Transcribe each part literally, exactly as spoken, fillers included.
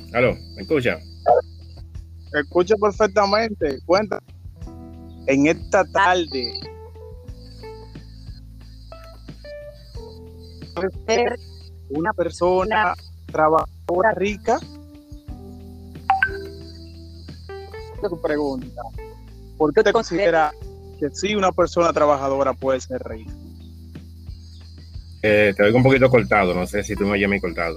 Aló, ¿me escucha? Escucho perfectamente. Cuenta. En esta tarde, ¿puede ser una persona trabajadora rica? Tu pregunta. ¿Por qué te consideras que sí una persona trabajadora puede ser rica? Eh, te oigo un poquito cortado, no sé si tú me oyes mi cortado.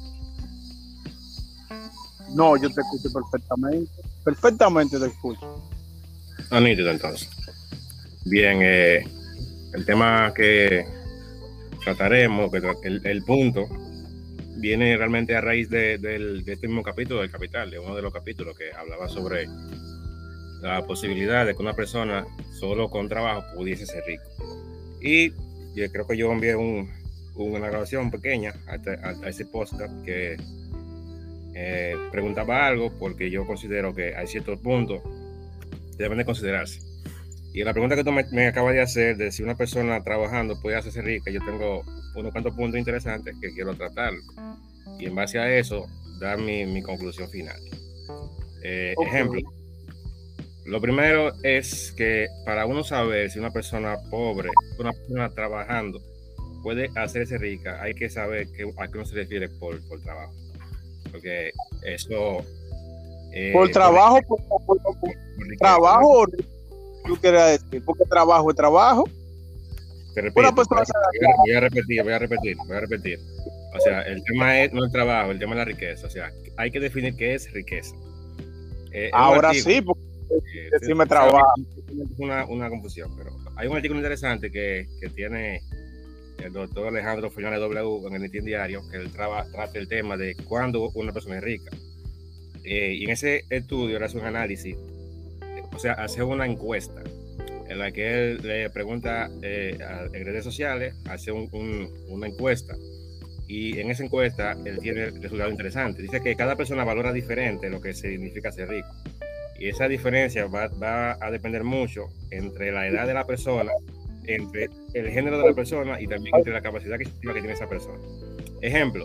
No, yo te escucho perfectamente. Perfectamente te escucho. Ah, nítido entonces. Bien, eh, el tema que trataremos, que tra- el, el punto, viene realmente a raíz de, del- de este mismo capítulo del Capital, de uno de los capítulos que hablaba sobre la posibilidad de que una persona solo con trabajo pudiese ser rico. Y yo creo que yo envié un, una grabación pequeña a, este- a- a ese podcast que eh, preguntaba algo porque yo considero que hay ciertos puntos que deben de considerarse. Y la pregunta que tú me, me acabas de hacer de si una persona trabajando puede hacerse rica, yo tengo unos cuantos puntos interesantes que quiero tratar. Y en base a eso, dar mi, mi conclusión final. Eh, Ok. ejemplo, lo primero es que para uno saber si una persona pobre, una persona trabajando, puede hacerse rica, hay que saber que, a qué uno se refiere por, por trabajo. Porque eso, Por eh, por, trabajo, por, por- por- por por riqueza, ¿no? trabajo, tú quieres decir, porque trabajo es trabajo. Te Una repito, voy persona a, voy a repetir, voy a repetir, voy a repetir. O sea, el tema es no el trabajo, el tema es la riqueza. O sea, hay que definir qué es riqueza. Eh, es un ahora artículo, sí, porque eh, decirme ¿sabes? trabajo. Es una, una confusión, pero hay un artículo interesante que, que tiene el doctor Alejandro Fernández W en el Listín Diario, que él traba, trata el tema de cuándo una persona es rica. Eh, y en ese estudio él hace un análisis, eh, o sea, hace una encuesta en la que él le pregunta eh, a, en redes sociales, hace un, un, una encuesta. Y en esa encuesta él tiene resultados interesantes. Dice que cada persona valora diferente lo que significa ser rico. Y esa diferencia va, va a depender mucho entre la edad de la persona, entre el género de la persona y también entre la capacidad adquisitiva que tiene esa persona. Ejemplo,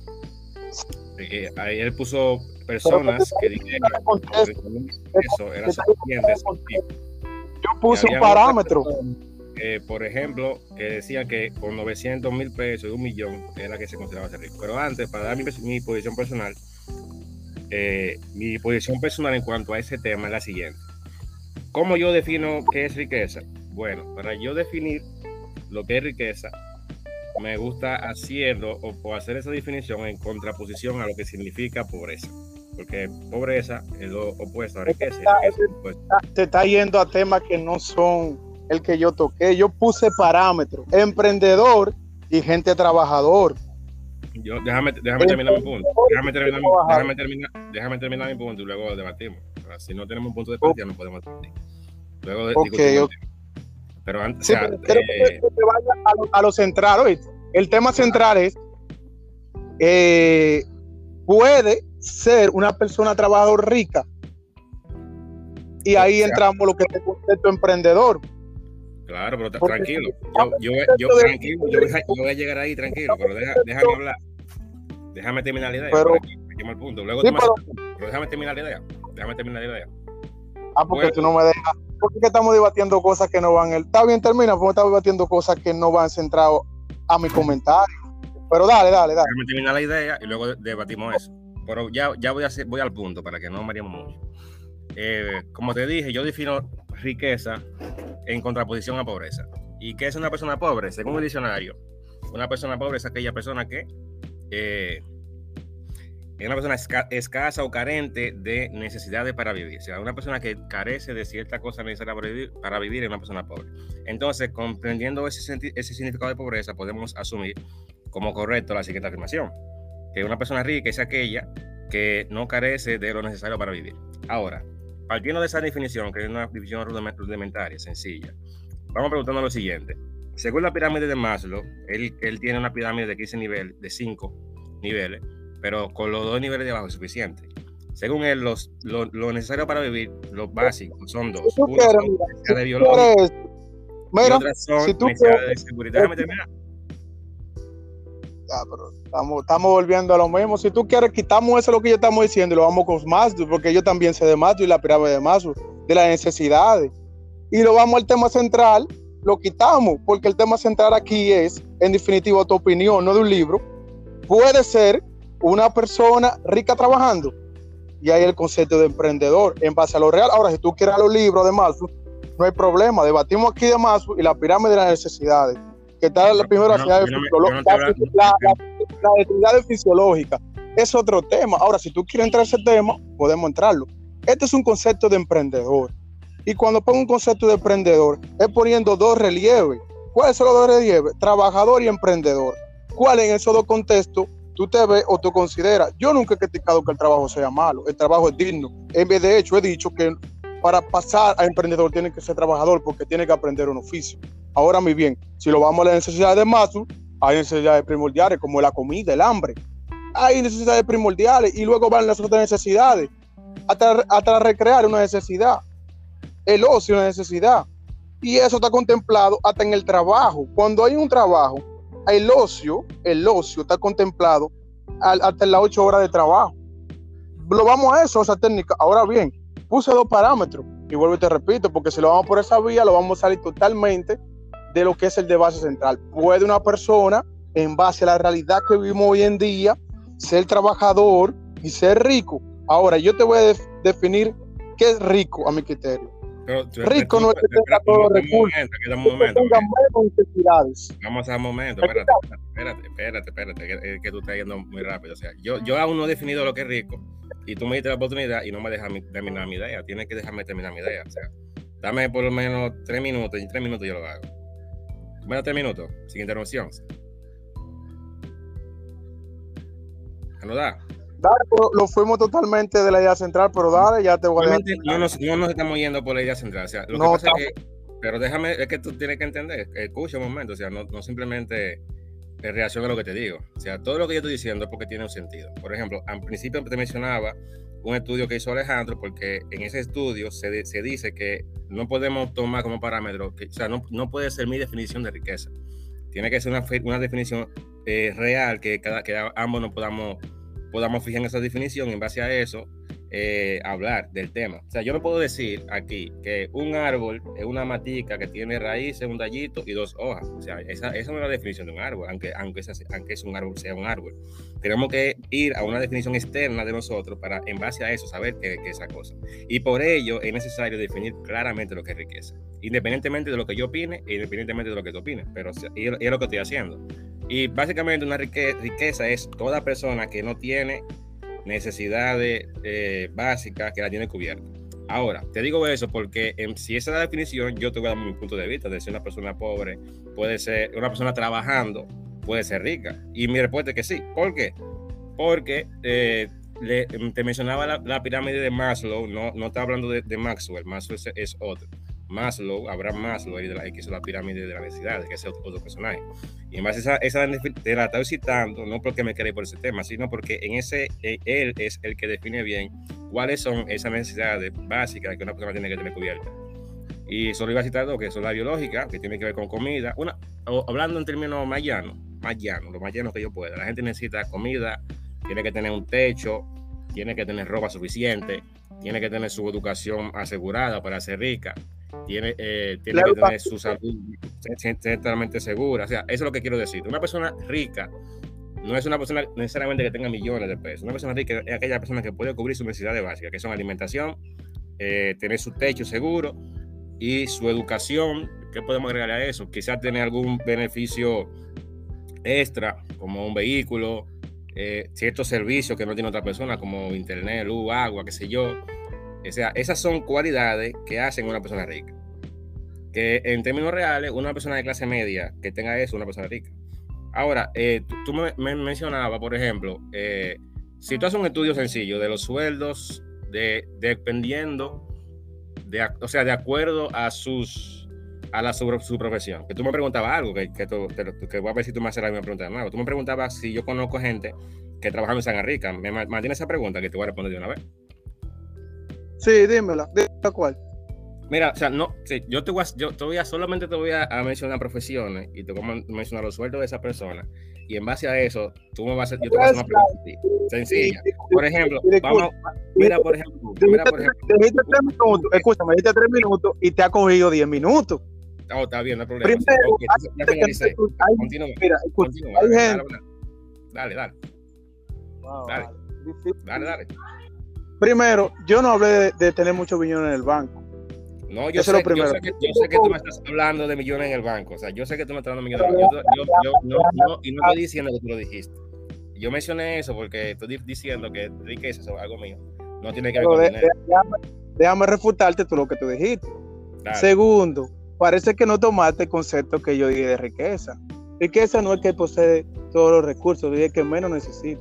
eh, ahí él puso Pero que te personas que dijeron que con contesto, treinta mil que pesos era te- que suficiente. te- yo Y puse un había otras parámetro. personas, eh, por ejemplo, que decían que con novecientos mil pesos y un millón era que se consideraba ser rico. Pero antes, para dar mi, mi posición personal, eh, mi posición personal en cuanto a ese tema es la siguiente. ¿Cómo yo defino qué es riqueza? Bueno, para yo definir lo que es riqueza, me gusta haciendo o, o hacer esa definición en contraposición a lo que significa pobreza. Porque pobreza es lo opuesto a riqueza. Está- Y riqueza es lo opuesto. Te está yendo a temas que no son el que yo toqué. Yo puse parámetros, emprendedor y gente trabajador. Yo, déjame, déjame terminar mi punto. Déjame terminar, déjame, terminar, déjame terminar mi punto y luego debatimos. Si no tenemos un punto de partida, no podemos debatir. Luego Ok, discutimos ok. el tema. Pero antes, o Sí, sea, pero quiero que eh, te vayas a lo, a lo central, ¿oíste? El tema central es, eh, ¿puede ser una persona trabajadora rica? Y o ahí sea, entramos lo que es el concepto emprendedor. claro, pero Porque tranquilo. el Yo, yo, yo, concepto tranquilo, yo, de- voy a- yo voy a llegar ahí tranquilo, pero deja, déjame hablar. Déjame terminar la idea pero, para que lleguemos al punto. Luego sí, tú me haces pero, tu punto, pero déjame terminar la idea. Déjame terminar la idea. ah, porque Bueno, tú no me dejas. Porque estamos debatiendo cosas que no van. El, está bien, termina, porque estamos debatiendo cosas que no van centrados a mi comentario. Pero dale, dale, dale. déjame terminar la idea y luego debatimos eso. Pero ya, ya voy, a hacer, voy al punto para que no mareemos mucho. Eh, como te dije, yo defino riqueza en contraposición a pobreza. ¿Y qué es una persona pobre? Según el diccionario, una persona pobre es aquella persona que eh, es una persona esca escasa o carente de necesidades para vivir. O sea, una persona que carece de cierta cosa necesaria para vivir, para vivir es una persona pobre. Entonces, comprendiendo ese, ese significado de pobreza, podemos asumir como correcto la siguiente afirmación, que una persona rica es aquella que no carece de lo necesario para vivir. Ahora, partiendo de esa definición, que es una definición rudimentaria, sencilla, vamos preguntando lo siguiente. Según la pirámide de Maslow, él, él tiene una pirámide de quince niveles, de cinco niveles, pero con los dos niveles de abajo es suficiente. Según él, los, lo, lo necesario para vivir, los básicos, son dos. Si tú Uno quieres, son mira, necesidades si biológicas quieres, y mira, otras son si tú necesidades quieres, de seguridad. Déjame terminar. Ya, pero estamos, estamos volviendo a lo mismo. Si tú quieres, quitamos eso lo que yo estamos diciendo y lo vamos con Maslow, porque yo también sé de Maslow y la pirámide de Maslow, de las necesidades. Y lo vamos al tema central, lo quitamos, porque el tema central aquí es, en definitiva, tu opinión, no de un libro. Puede ser una persona rica trabajando, y hay el concepto de emprendedor en base a lo real. Ahora, si tú quieres los libros de Maslow, no hay problema. Debatimos aquí de Maslow y la pirámide de las necesidades, que está la primera necesidad la necesidad fisiológica. Es otro tema. Ahora, si tú quieres entrar a ese tema, podemos entrarlo. Este es un concepto de emprendedor. Y cuando pongo un concepto de emprendedor, es poniendo dos relieves. ¿Cuáles son los dos relieves? Trabajador y emprendedor. ¿Cuál en esos dos contextos tú te ves o tú consideras? Yo nunca he criticado que el trabajo sea malo. El trabajo es digno. En vez de hecho, he dicho que para pasar a emprendedor tiene que ser trabajador porque tiene que aprender un oficio. Ahora, muy bien, si lo vamos a las necesidades de Maslow, hay necesidades primordiales como la comida, el hambre. Hay necesidades primordiales y luego van las otras necesidades. Hasta, hasta recrear una necesidad. El ocio es una necesidad. Y eso está contemplado hasta en el trabajo. Cuando hay un trabajo, el ocio, el ocio está contemplado hasta en las ocho horas de trabajo. Lo vamos a eso, esa técnica. Ahora bien, puse dos parámetros y vuelvo y te repito, porque si lo vamos por esa vía, lo vamos a salir totalmente de lo que es el de base central. Puede una persona, en base a la realidad que vivimos hoy en día, ser trabajador y ser rico. Ahora, yo te voy a def- definir qué es rico a mi criterio. Pero, tú, rico tú, no es que tenga todos los recursos, que tenga menos necesidades. Vamos a un momento, espérate, espérate, espérate, espérate, que, que tú estás yendo muy rápido. O sea, yo, yo aún no he definido lo que es rico y tú me diste la oportunidad y no me dejas terminar mi idea. Tienes que dejarme terminar mi idea. O sea, dame por lo menos tres minutos y en tres minutos yo lo hago. Tú me das tres minutos, sin interrupción. ¿No da? Dale, lo fuimos totalmente de la idea central, pero dale, ya te voy a dar. No nos, no nos estamos yendo por la idea central. O sea, lo no, que pasa es que, pero déjame, es que tú tienes que entender, escucha un momento, o sea, no, no simplemente reacciona a lo que te digo. O sea, todo lo que yo estoy diciendo es porque tiene un sentido. Por ejemplo, al principio te mencionaba un estudio que hizo Alejandro, porque en ese estudio se, se dice que no podemos tomar como parámetro, que, o sea, no, no puede ser mi definición de riqueza. Tiene que ser una, una definición eh, real, que, cada, que ambos nos podamos podamos fijar en esa definición y en base a eso eh, hablar del tema. O sea, yo no puedo decir aquí que un árbol es una matica que tiene raíces, un tallito y dos hojas. O sea, esa, esa no es la definición de un árbol, aunque, aunque, esa, aunque es un árbol, sea un árbol. Tenemos que ir a una definición externa de nosotros para, en base a eso, saber qué, qué es esa cosa. Y por ello es necesario definir claramente lo que es riqueza, independientemente de lo que yo opine e independientemente de lo que tú opines. Pero y es lo que estoy haciendo. Y básicamente una riqueza, riqueza es toda persona que no tiene necesidades eh, básicas, que la tiene cubierta. Ahora, te digo eso porque en, si esa es la definición, yo te voy a dar mi punto de vista de si una persona pobre puede ser, una persona trabajando puede ser rica. Y mi respuesta es que sí. ¿Por qué? Porque eh, le, te mencionaba la, la pirámide de Maslow, no, no está hablando de, de Maxwell, Maxwell es, es otro. Maslow, Abraham Maslow, el que hizo la pirámide de las necesidades, que es otro, otro personaje. Y además esa, esa te la estoy citando, no porque me quede por ese tema, sino porque en ese, él es el que define bien cuáles son esas necesidades básicas que una persona tiene que tener cubiertas. Y solo iba a citar dos, que son la biológica, que tiene que ver con comida. Una, o, hablando en términos más llanos, más llanos, lo más llano que yo pueda. La gente necesita comida, tiene que tener un techo, tiene que tener ropa suficiente, tiene que tener su educación asegurada para ser rica. Tiene, eh, tiene que tener su salud totalmente segura. O sea, eso es lo que quiero decir. Una persona rica no es una persona necesariamente que tenga millones de pesos. Una persona rica es aquella persona que puede cubrir sus necesidades básicas, que son alimentación, eh, tener su techo seguro y su educación. ¿Qué podemos agregar a eso? Quizás tener algún beneficio extra, como un vehículo, eh, ciertos servicios que no tiene otra persona, como internet, luz, agua, qué sé yo. O sea, esas son cualidades que hacen una persona rica. Que en términos reales, una persona de clase media que tenga eso, una persona rica. Ahora, eh, tú, tú me, me mencionabas, por ejemplo, eh, si tú haces un estudio sencillo de los sueldos, de, dependiendo, de, o sea, de acuerdo a sus a la su, su profesión. Que tú me preguntabas algo, que, que, tú, te, que voy a ver si tú me haces la misma pregunta de nuevo. Tú me preguntabas si yo conozco gente que trabaja en San Rica. Me mantiene esa pregunta que te voy a responder de una vez. Sí, dímela, dímela cuál. Mira, o sea, no, sí, yo te voy a, yo te voy a, solamente te voy a, a mencionar profesiones y te voy a mencionar los sueldos de esa persona. Y en base a eso, tú me vas a, yo te voy a hacer una pregunta a ti, sencilla. Por ejemplo, vamos, mira, por ejemplo, mira, por ejemplo. Dijiste tres minutos, escúchame, dijiste tres minutos y te ha cogido diez minutos. Oh, está bien, no hay problema. Primero, okay, ya finalicé. Continúa. Mira, escucha, Continúa, hay dale, gente. Dale, dale. Wow, Dale. vale. Dale, dale. Primero, yo no hablé de, de tener muchos millones en el banco. No, yo Eso sé, es lo primero. yo, sé que, yo sé que tú me estás hablando de millones en el banco. O sea, yo sé que tú me estás hablando de millones en el banco. Yo, yo, yo no, no, y no estoy diciendo que tú lo dijiste. Yo mencioné eso porque estoy diciendo que riqueza es algo mío. No tiene que ver con de, dinero. Déjame, déjame refutarte tú lo que tú dijiste. Dale. Segundo, parece que no tomaste el concepto que yo dije de riqueza. Riqueza no es que posee todos los recursos, dije que menos necesita.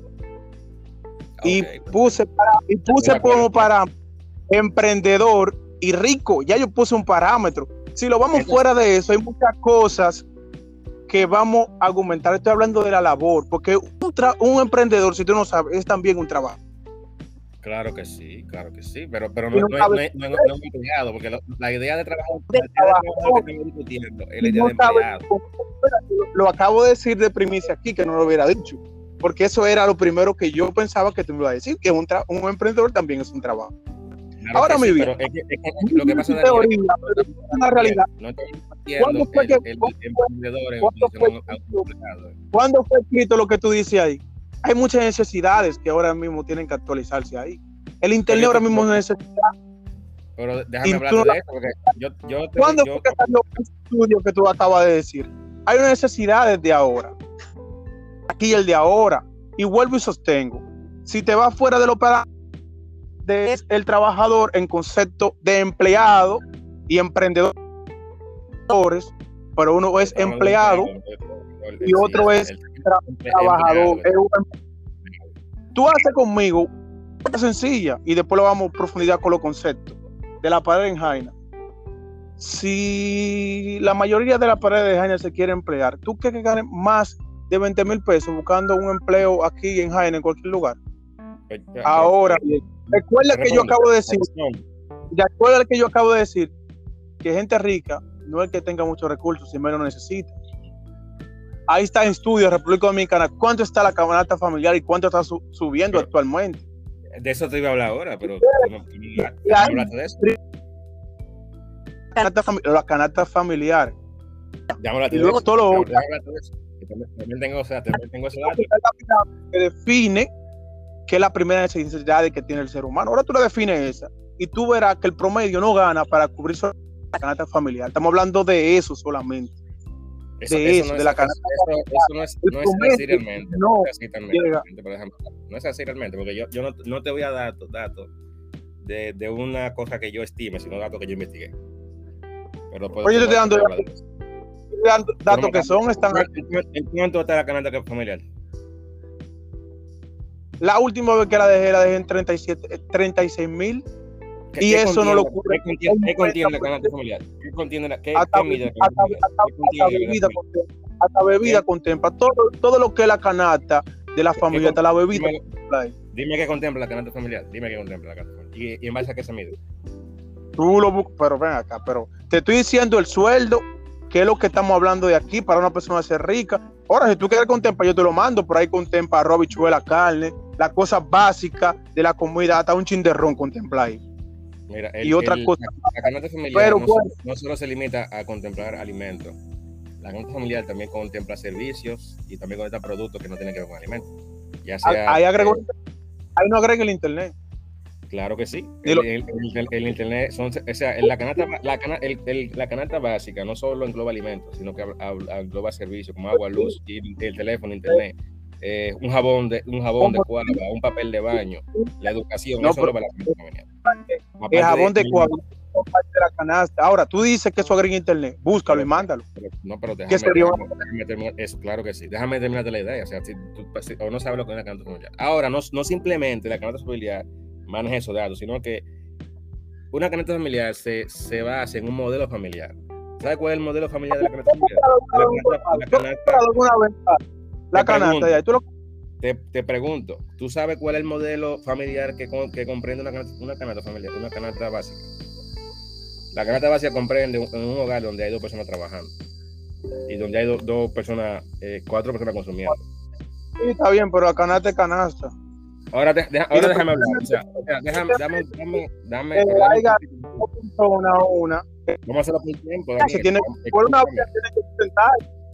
Okay. Y puse, para, y puse como para emprendedor y rico, ya yo puse un parámetro. Si lo vamos fuera de eso, hay muchas cosas que vamos a argumentar. Estoy hablando de la labor, porque un, tra- un emprendedor, si tú no sabes, es también un trabajo. Claro que sí, claro que sí, pero, pero no, no, no, no, no, no es empleado, porque lo, la idea de trabajo, la idea de trabajo que estamos discutiendo es la idea de empleado. Lo, lo acabo de decir de primicia aquí, que no lo hubiera dicho, porque eso era lo primero que yo pensaba que tú me ibas a decir, que un, tra- un emprendedor también es un trabajo. Claro Ahora, mi sí, vida, es que, es que lo que pasa es teoría, que es una realidad. No estamos diciendo el, el, el emprendedor en empleado. ¿Cuándo fue escrito lo que tú dices ahí? Hay muchas necesidades que ahora mismo tienen que actualizarse ahí. El internet ahora mismo necesita. Pero déjame hablar de eso, porque yo, yo te, ¿Cuándo yo, fue que salió el estudio que tú acabas de decir? Hay una necesidad desde ahora. Aquí el de ahora. Y vuelvo y sostengo. Si te vas fuera del operador, de el trabajador en concepto de empleado y emprendedores, pero uno es empleado y otro es trabajador. Tú haces conmigo una sencilla y después lo vamos a profundizar con los conceptos de la pared en Jaina. Si la mayoría de la pared de Jaina se quiere emplear, ¿tú crees que ganes más de veinte mil pesos buscando un empleo aquí en Jaina, en cualquier lugar? Ahora bien, recuerda que yo acabo de decir, recuerda que yo acabo de decir que gente rica no es que tenga muchos recursos, si menos necesita. Ahí está en estudio República Dominicana cuánto está la canasta familiar y cuánto está su, subiendo pero, actualmente. De eso te iba a hablar ahora, pero tú no, tú no, no hablaste de eso. La canasta familiar. Ya me hablaste y luego de eso. todo lo ya, ya de eso. También, también tengo, o sea, también tengo ese dato. Que define que es la primera necesidad que tiene el ser humano. Ahora tú la defines esa y tú verás que el promedio no gana para cubrir la canasta familiar. Estamos hablando de eso solamente. Eso, de eso, eso, no de es, la eso, canasta eso, eso no es, no es así realmente. No, no es así realmente, por ejemplo, no es así realmente, porque yo, yo no, no te voy a dar datos, datos de, de una cosa que yo estime, sino datos que yo investigué. Pero puedo, yo te estoy dando datos, datos que son, están. ¿En cuánto está la canasta familiar? La última vez que la dejé, la dejé en treinta y siete, treinta y seis mil. Y eso no lo cubre. ¿Qué contiene, ¿qué contiene la canasta familiar? ¿Qué contiene la, qué, hasta, qué mide la canasta familiar? Hasta, hasta, hasta bebida contempla, hasta bebida contempla todo, todo lo que es la canasta de la familia, hasta la bebida. Dime, dime qué contempla la canasta familiar. Dime qué contempla la canasta familiar. Y, y en base a qué se mide. Tú lo buscas, pero ven acá, pero te estoy diciendo el sueldo, que es lo que estamos hablando de aquí para una persona ser rica. Ahora, si tú quieres contemplar, yo te lo mando, por ahí contempla arroz, bichuela, carne, las cosas básicas de la comida, hasta un chin de ron contempla ahí. Mira, el, y otra el, cosa. La, la canasta familiar pero, no, bueno, no solo se limita a contemplar alimentos. La canasta familiar también contempla servicios y también contempla productos que no tienen que ver con alimentos. Ya sea, ahí, agregó, eh, ahí no agrega el internet. Claro que sí. El, el, el, el internet, son, o sea, la canasta, la, el, el, la canasta básica no solo engloba alimentos, sino que engloba servicios como agua, luz, y el teléfono, internet, eh, un jabón de un jabón de cuava, un papel de baño, la educación, no, eso engloba la canasta familiar. El jabón de, de cuava de la canasta. Ahora, tú dices que eso agrega internet, búscalo pero, y mándalo. Pero, no, pero déjame, déjame, déjame terminar eso, claro que sí. Déjame terminarte la idea. O sea, si tú si, o no sabes lo que es la canasta familiar. Ahora, no, no simplemente la canasta familiar maneja esos datos, sino que una canasta familiar se, se basa en un modelo familiar. ¿Sabes cuál es el modelo familiar de la canasta familiar? La canasta, la canasta, ya. ¿Tú lo... te, te pregunto, ¿tú sabes cuál es el modelo familiar que, que comprende una canasta, una canasta familiar, una canasta básica? La canasta básica comprende un, un hogar donde hay dos personas trabajando y donde hay do, dos personas, eh, cuatro personas consumiendo. Sí, está bien, pero la canasta es canasta. Ahora, de, de, ahora déjame hablar. O sea, o sea, déjame, dame, dame, dame, Eh, dame haya una persona o una. Vamos a hacerlo por tiempo. Se Daniel. tiene, por una vez tiene que sustentar.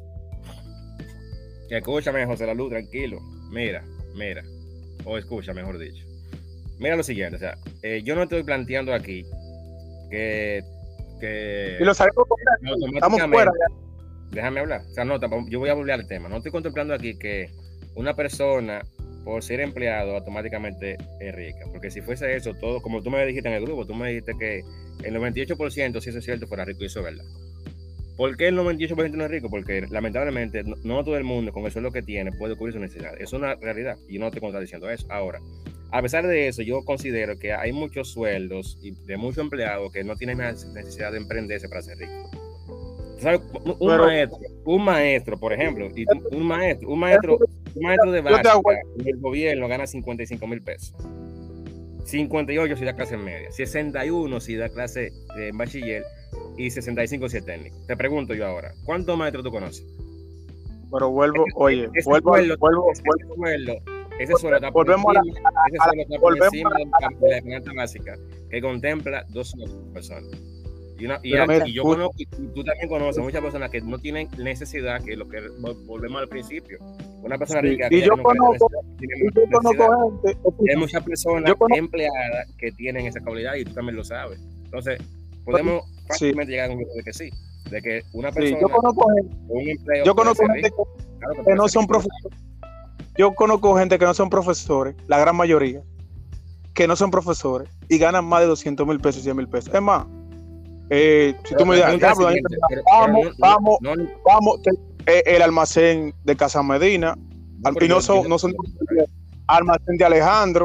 Escúchame, José La Luz, tranquilo. Mira, mira. O escucha, mejor dicho. Mira lo siguiente, o sea, eh, yo no estoy planteando aquí que... que Y lo sabemos porque estamos fuera. Déjame hablar. O sea, no, yo voy a volver al tema. No estoy contemplando aquí que una persona, por ser empleado, automáticamente es rica. Porque si fuese eso, todo, como tú me dijiste en el grupo, tú me dijiste que el noventa y ocho por ciento, si eso es cierto, fuera rico, y eso es verdad. ¿Por qué el noventa y ocho por ciento no es rico? Porque lamentablemente no, no todo el mundo con el sueldo que tiene puede cubrir sus necesidades. Es una realidad y yo no estoy contradiciendo eso. Ahora, a pesar de eso, yo considero que hay muchos sueldos y de muchos empleados que no tienen necesidad de emprenderse para ser ricos. ¿Sabes? Un, un Pero, maestro, un maestro, por ejemplo, y un maestro, un maestro, un maestro de básica en el gobierno gana cincuenta y cinco mil pesos. cincuenta y ocho si da clase media, sesenta y uno si da clase de bachiller y sesenta y cinco si es técnico. Te pregunto yo ahora, ¿cuántos maestros tú conoces? Pero vuelvo, ese, oye, ese vuelvo, sueldo, vuelvo, ese vuelvo. sueldo, ese sueldo está por volvemos encima, a la, ese sueldo está por encima a de la canasta básica que contempla dos personas. Y, una, y, mira, y yo conozco, y tú también conoces muchas personas que no tienen necesidad, que lo que volvemos al principio. Una persona sí, rica y yo no conozco, tiene y yo conozco gente, hay muchas personas conozco, empleadas que tienen esa cualidad y tú también lo sabes. Entonces, podemos sí. fácilmente llegar a un grupo de que sí, de que una persona sí, yo conozco gente, un empleo yo conozco gente que, claro que, que no son profesores. Yo conozco gente que no son profesores, la gran mayoría, que no son profesores y ganan más de doscientos mil pesos, cien mil pesos. Es más, eh, si tú me dices, vamos, vamos, no, no, vamos, eh, el almacén de Casa Medina, no, y no son, no son almacén de Alejandro,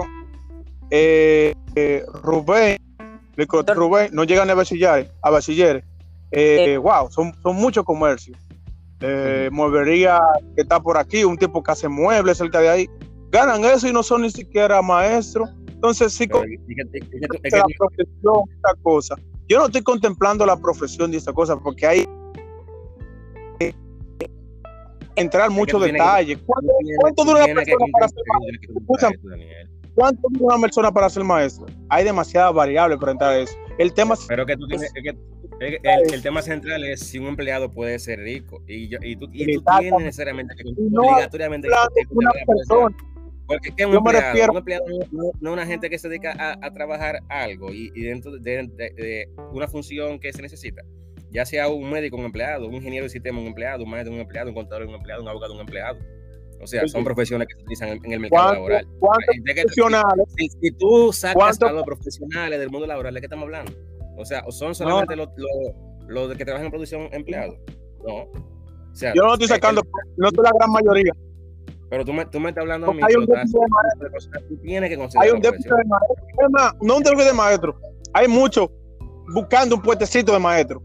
eh, eh, Rubén, Rubén, no llegan a bachilleres, a bachilleres. Eh, wow, son, son muchos comercios. Eh, mueblería que está por aquí, un tipo que hace muebles cerca de ahí, ganan eso y no son ni siquiera maestros. Entonces, sí, con la profesión, esta cosa. Yo no estoy contemplando la profesión de esta cosa porque hay que entrar muchos detalles. ¿Cuánto, ¿cuánto dura una persona para ser maestro? ¿Cuánto dura una persona para ser maestro? Hay demasiadas variables para entrar a eso. El tema Pero que tú tienes, es que el, el tema central es si un empleado puede ser rico y, yo, y tú, y tú tienes necesariamente que no, obligatoriamente que una persona. Porque ¿qué es un yo empleado? Me refiero, un empleado no, no una gente que se dedica a, a trabajar algo y, y dentro de, de, de, de una función que se necesita, ya sea un médico un empleado, un ingeniero de sistema un empleado, un maestro un empleado, un contador un empleado, un abogado un empleado. O sea, son profesiones que se utilizan en, en el mercado laboral. ¿Cuántos profesionales? Si, si tú sacas a los profesionales del mundo laboral, ¿de qué estamos hablando? O sea, ¿o son solamente no. los, los, los que trabajan en producción empleados? No. O sea, yo no estoy sacando, el, no soy la gran mayoría. Pero tú me, tú me estás hablando a mí. Hay un déficit de maestro. Tú tienes que considerar. Hay un déficit de maestro. Es más, no un déficit de maestro. Hay muchos buscando un puestecito de maestro.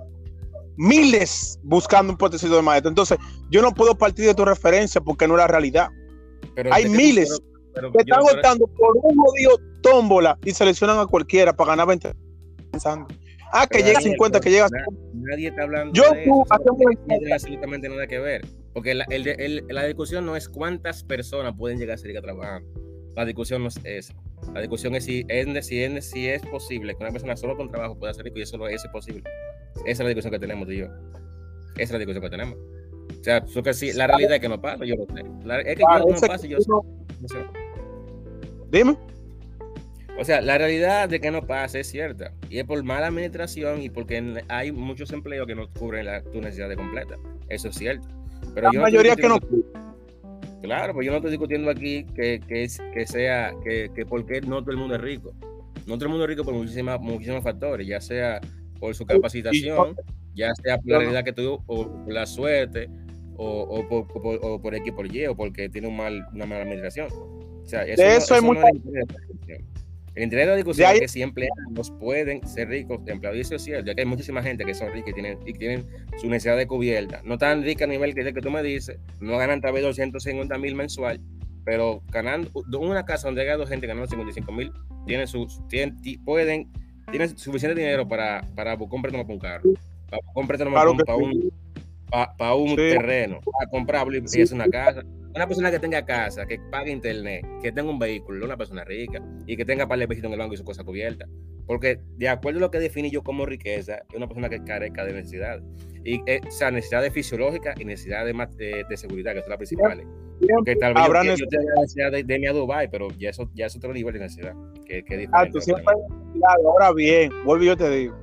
Miles buscando un puestecito de maestro. Entonces, yo no puedo partir de tu referencia porque no es la realidad. Pero hay miles tú, pero, pero, que están votando no, por un jodido tómbola y seleccionan a cualquiera para ganar veinte. Pensando. Ah, que llega cincuenta, que llega cincuenta. Nadie está hablando yo, de tú, eso. No tiene absolutamente nada que ver. Porque la, el, el, la discusión no es cuántas personas pueden llegar a seguir a trabajar. La discusión no es esa. La discusión es si es, si es, si es posible que una persona solo con trabajo pueda ser rico y eso no es posible. Esa es la discusión que tenemos tú y yo. Esa es la discusión que tenemos. O sea, que sí, la realidad es que no pasa, yo lo sé. La, es que claro, yo no pasa, yo no, no sé. Dime. O sea, la realidad de que no pasa es cierta. Y es por mala administración y porque hay muchos empleos que no cubren la, tu necesidad completa. Eso es cierto. Pero la yo mayoría no que no. Claro, pues yo no estoy discutiendo aquí que, que, es, que sea, que, que porque no todo el mundo es rico. No todo el mundo es rico por muchísimas, muchísimos factores, ya sea por su capacitación, ya sea por la realidad que tuvo, o por la suerte, o, o, por, o, por, o por X por Y, o porque tiene un mal, una mala administración. O sea, eso, de eso, no, eso no mucha... es el interés de la discusión. El interés de la discusión de ahí... es que si empleados pueden ser ricos, empleados, y eso es cierto, ya que hay muchísima gente que son ricas y tienen, y tienen su necesidad de cubierta. No tan ricas a nivel que, que tú me dices, no ganan tal vez doscientos cincuenta mil mensual, pero ganando una casa donde hay dos gente ganando cincuenta y cinco mil, tienen sus, tienen, pueden tienes suficiente dinero para, para buscar un préstamo para un carro, para buscar un préstamo Claro para, que para sí. un, para, para un Sí. terreno, para comprarlo y Sí. hacer una casa. Una persona que tenga casa, que pague internet, que tenga un vehículo, una persona rica y que tenga par de besitos en el banco y su cosa cubierta. Porque de acuerdo a lo que definí yo como riqueza, es una persona que carezca de necesidad. Y, eh, o sea, necesidades fisiológicas y necesidades de, de seguridad, que son las principales. Porque tal vez Habrá yo, yo tenga la necesidad de, de irme a Dubái, pero ya eso ya es otro nivel de necesidad, que, que es Ah, diferente. tú siempre hay necesidad. Ahora bien, vuelvo y yo te digo.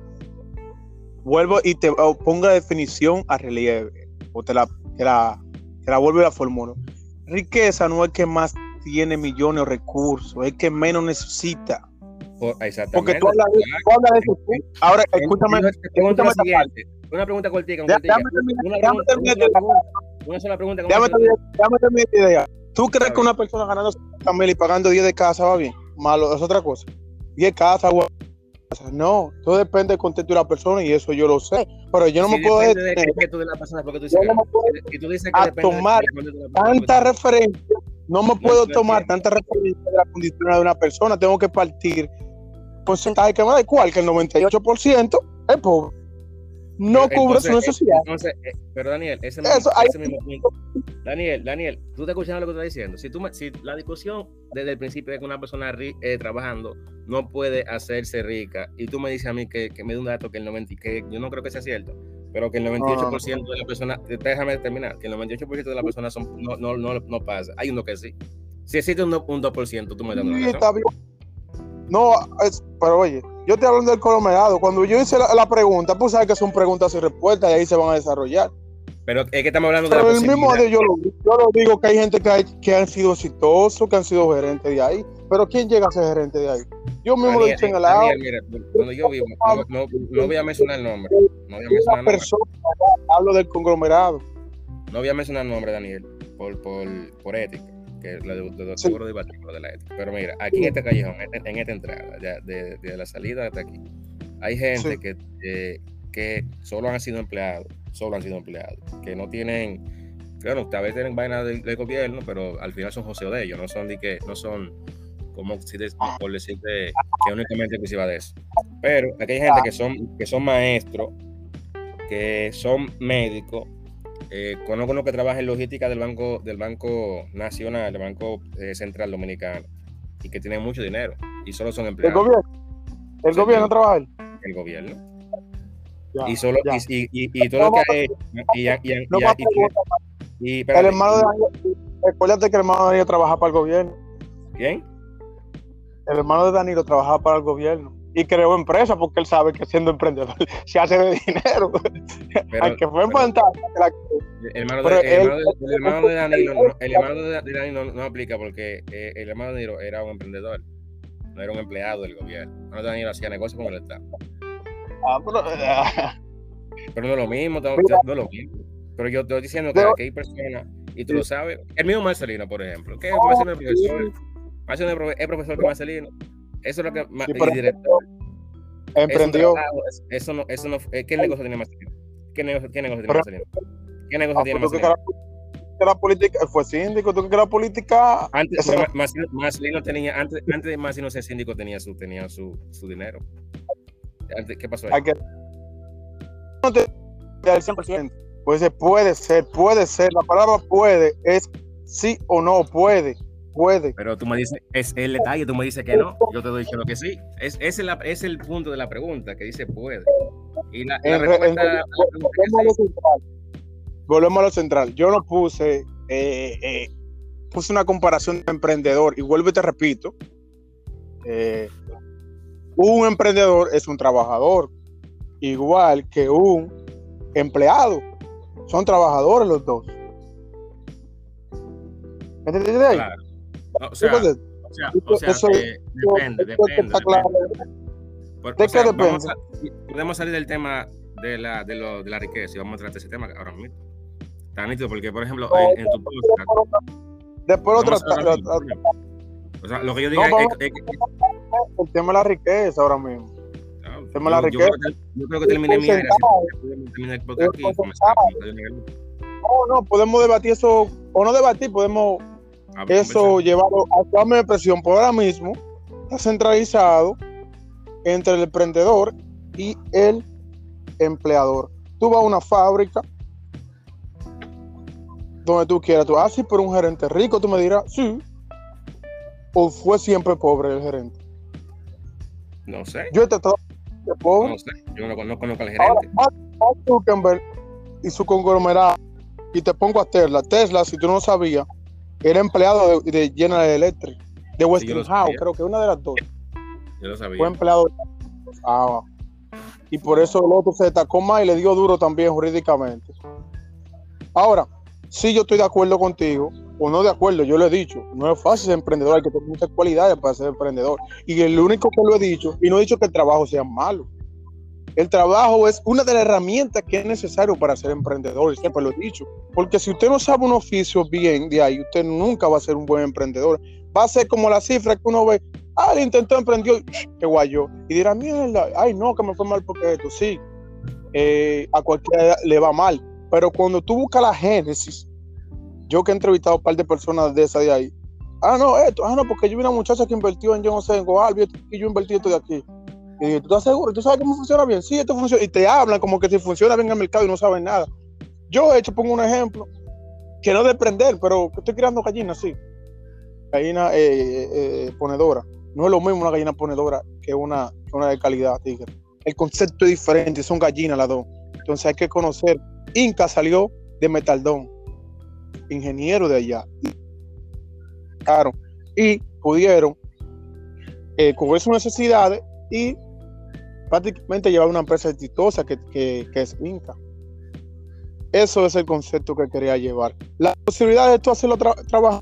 Vuelvo y te oh, pongo la definición a relieve. O te la, te la, te la vuelvo y la formulo. Riqueza no es que más tiene millones de recursos, es que menos necesita. Por, exactamente. Porque tú hablas de, tú hablas de eso. Ahora, escúchame. Te pregunto lo siguiente. Una pregunta cortica. Una, déjame terminar, una, déjame pregunta, una, sola pregunta, una sola pregunta. Déjame terminar mi idea. ¿Tú crees que una persona ganando cincuenta mil y pagando diez de casa va bien? Malo, es otra cosa. diez casas, no, todo depende del contexto de la persona y eso yo lo sé. Pero yo no sí, me puedo de, de, de la persona, porque tú dices, no me puedo y tú dices que a tomar de de tanta referencia. No me puedo no, tomar no tanta referencia de la condición de una persona. Tengo que partir porcentaje que me da igual que el noventa y ocho por ciento es pobre. No pero cubre entonces, su necesidad. Entonces, eh, pero Daniel, ese mismo, Eso, ese mismo punto. Daniel, Daniel, tú estás escuchando lo que tú estás diciendo. Si, tú, si la discusión desde el principio es que una persona eh, trabajando no puede hacerse rica, y tú me dices a mí que, que me dé un dato que el noventa, que yo no creo que sea cierto, pero que el noventa y ocho por ciento de la persona, déjame terminar, que el noventa y ocho por ciento de la persona son, no, no, no, no pasa. Hay uno que sí. Si existe un, un dos por ciento, tú me das una razón. No, es, pero oye, yo estoy hablando del conglomerado. Cuando yo hice la, la pregunta, pues sabes que son preguntas y respuestas y ahí se van a desarrollar. Pero es que estamos hablando pero de la el mismo día yo lo, yo lo digo que hay gente que, hay, que han sido exitosos, que han sido gerentes de ahí. Pero ¿quién llega a ser gerente de ahí? Yo mismo Daniel, lo he dicho en el lado. Mira, donde yo vivo, no, no, no voy a mencionar el nombre. No voy a mencionar el nombre. Persona, hablo del conglomerado. No voy a mencionar el nombre, Daniel, por, por, por ética. Que lo de, de, de, sí. seguro debatimos de la ética. Pero mira, aquí en este callejón, en, en esta entrada, de, de, de la salida hasta aquí, hay gente sí. que, eh, que solo han sido empleados, solo han sido empleados, que no tienen, claro, tal vez tienen vaina del, del gobierno, pero al final son joseo de ellos, no son de que, no son como si de, por decirte que únicamente exclusiva de eso. Pero aquí hay gente que son, que son maestros, que son médicos. Eh, conozco uno que trabaja en logística del Banco, del Banco Nacional, del Banco eh, Central Dominicano, y que tiene mucho dinero, y solo son empleados. ¿El gobierno? ¿El sí, gobierno trabaja ahí? El gobierno. Ya, y solo, y, y, y, y todo no, lo que ha hecho, y, y, y, no y, y, y, y el hermano de Daniel, recuérdate que el hermano de Daniel trabaja para el gobierno. ¿Quién? El hermano de Danilo trabajaba para el gobierno. Y creó empresa porque él sabe que siendo emprendedor se hace de dinero. Pero, Al que fue en pantalla. El hermano de, el hermano de, el hermano de Danilo, no, el hermano de Danilo no, no aplica porque eh, el hermano de Danilo era un emprendedor, no era un empleado del gobierno. El hermano de Danilo hacía negocios con el Estado. Ah, pero, uh, pero no es lo mismo, no, no es lo mismo. Pero yo estoy diciendo que, que hay personas, y tú lo sabes, el mismo Marcelino, por ejemplo, que es Marcelino es profesor, Marcelino es profesor que Marcelino. Eso es lo que sí, el director emprendió. Eso, eso no, eso no, ¿qué negocio tiene Marcelino? ¿Qué negocio, qué negocio tiene Marcelino? ¿Qué negocio ah, tiene Marcelino? Que la política fue síndico, tú que la política antes Marcelino, Marcelino tenía antes antes de Marcelino ser síndico tenía su tenía su, su dinero. Antes, ¿qué pasó ahí? Hay que no te al cien por ciento. Pues puede ser, puede ser, la palabra puede es sí o no puede. Puede. Pero tú me dices, es el detalle, tú me dices que no, yo te doy diciendo que sí. Es, es, el, es el punto de la pregunta, que dice puede. Y la, la en, respuesta... En, la volvemos, a sí. volvemos a lo central. Yo no puse, eh, eh, puse una comparación de emprendedor, y vuelvo y te repito, eh, un emprendedor es un trabajador, igual que un empleado. Son trabajadores los dos. ¿Me entendiste ahí? Claro. O sea, o sea, o sea eso, que depende, depende. Claro. Por, ¿De o sea, qué depende? Vamos a, podemos salir del tema de la, de, lo, de la riqueza y vamos a tratar ese tema ahora mismo. Está nítido porque, por ejemplo, no, en, en tu podcast... Después otra, otra, otra, otra... O sea, lo que yo digo no, es, es, es que... El tema de la riqueza ahora mismo. No, el tema de la riqueza. Yo creo que, yo creo que terminé mi idea. Terminé el podcast aquí y comenzar. No, no, podemos debatir eso, o no debatir, podemos... Eso llevarlo a toda mi expresión por ahora mismo, está centralizado entre el emprendedor y el empleador. Tú vas a una fábrica donde tú quieras, tú, ah, sí, pero un gerente rico, tú me dirás, sí, o fue siempre pobre el gerente. No sé. Yo he tratado de pobre. No sé, yo no, no conozco al gerente. Ahora, Mark Zuckerberg y su conglomerado, y te pongo a Tesla. Tesla, si tú no sabías, era empleado de, de General Electric, de Westinghouse, sí, creo que una de las dos. Yo lo sabía. Fue empleado de ah, y por eso el otro se destacó más y le dio duro también jurídicamente. Ahora, sí, yo estoy de acuerdo contigo, o no de acuerdo, yo lo he dicho, no es fácil ser emprendedor, hay que tener muchas cualidades para ser emprendedor. Y el único que lo he dicho, y no he dicho que el trabajo sea malo, el trabajo es una de las herramientas que es necesario para ser emprendedor, siempre lo he dicho, porque si usted no sabe un oficio bien de ahí, usted nunca va a ser un buen emprendedor, va a ser como la cifra que uno ve, ah, él intentó emprender, qué guayo, y dirá, mierda, ay no, que me fue mal porque esto, sí, eh, a cualquiera le va mal. Pero cuando tú buscas la génesis, yo que he entrevistado a un par de personas de esa de ahí, ah, no, esto, ah, no, porque yo vi una muchacha que invirtió en, yo no sé, en Goal, y yo invertí esto de aquí. Y tú estás seguro, tú sabes cómo funciona bien, sí, esto funciona, y te hablan como que si funciona bien en el mercado y no saben nada. Yo, de hecho, pongo un ejemplo, que no de prender, pero estoy criando gallinas, sí. Gallina eh, eh, eh, ponedora. No es lo mismo una gallina ponedora que una, que una de calidad, tigre. El concepto es diferente, son gallinas las dos. Entonces hay que conocer. Inca salió de Metaldón, ingeniero de allá, claro, y pudieron eh, cubrir sus necesidades y prácticamente llevar una empresa exitosa que, que, que es Inca. Eso es el concepto que quería llevar. La posibilidad de tú hacerlo tra trabajar,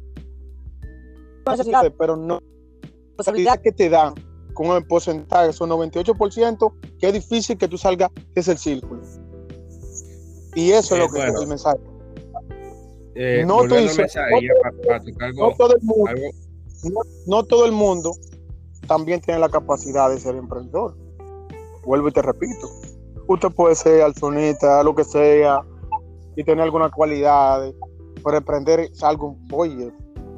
pero no la posibilidad que te dan con el porcentaje, son noventa y ocho por ciento, que es difícil que tú salgas de ese círculo. Y eso eh, es lo que bueno, es el mensaje. Eh, no, estoy diciendo, mensaje, no, para, para algo, no, todo el mundo, no, no todo el mundo también tiene la capacidad de ser emprendedor. Vuelvo y te repito. Usted puede ser alzonista, lo que sea, y tener alguna cualidad, pero emprender es algo, oye.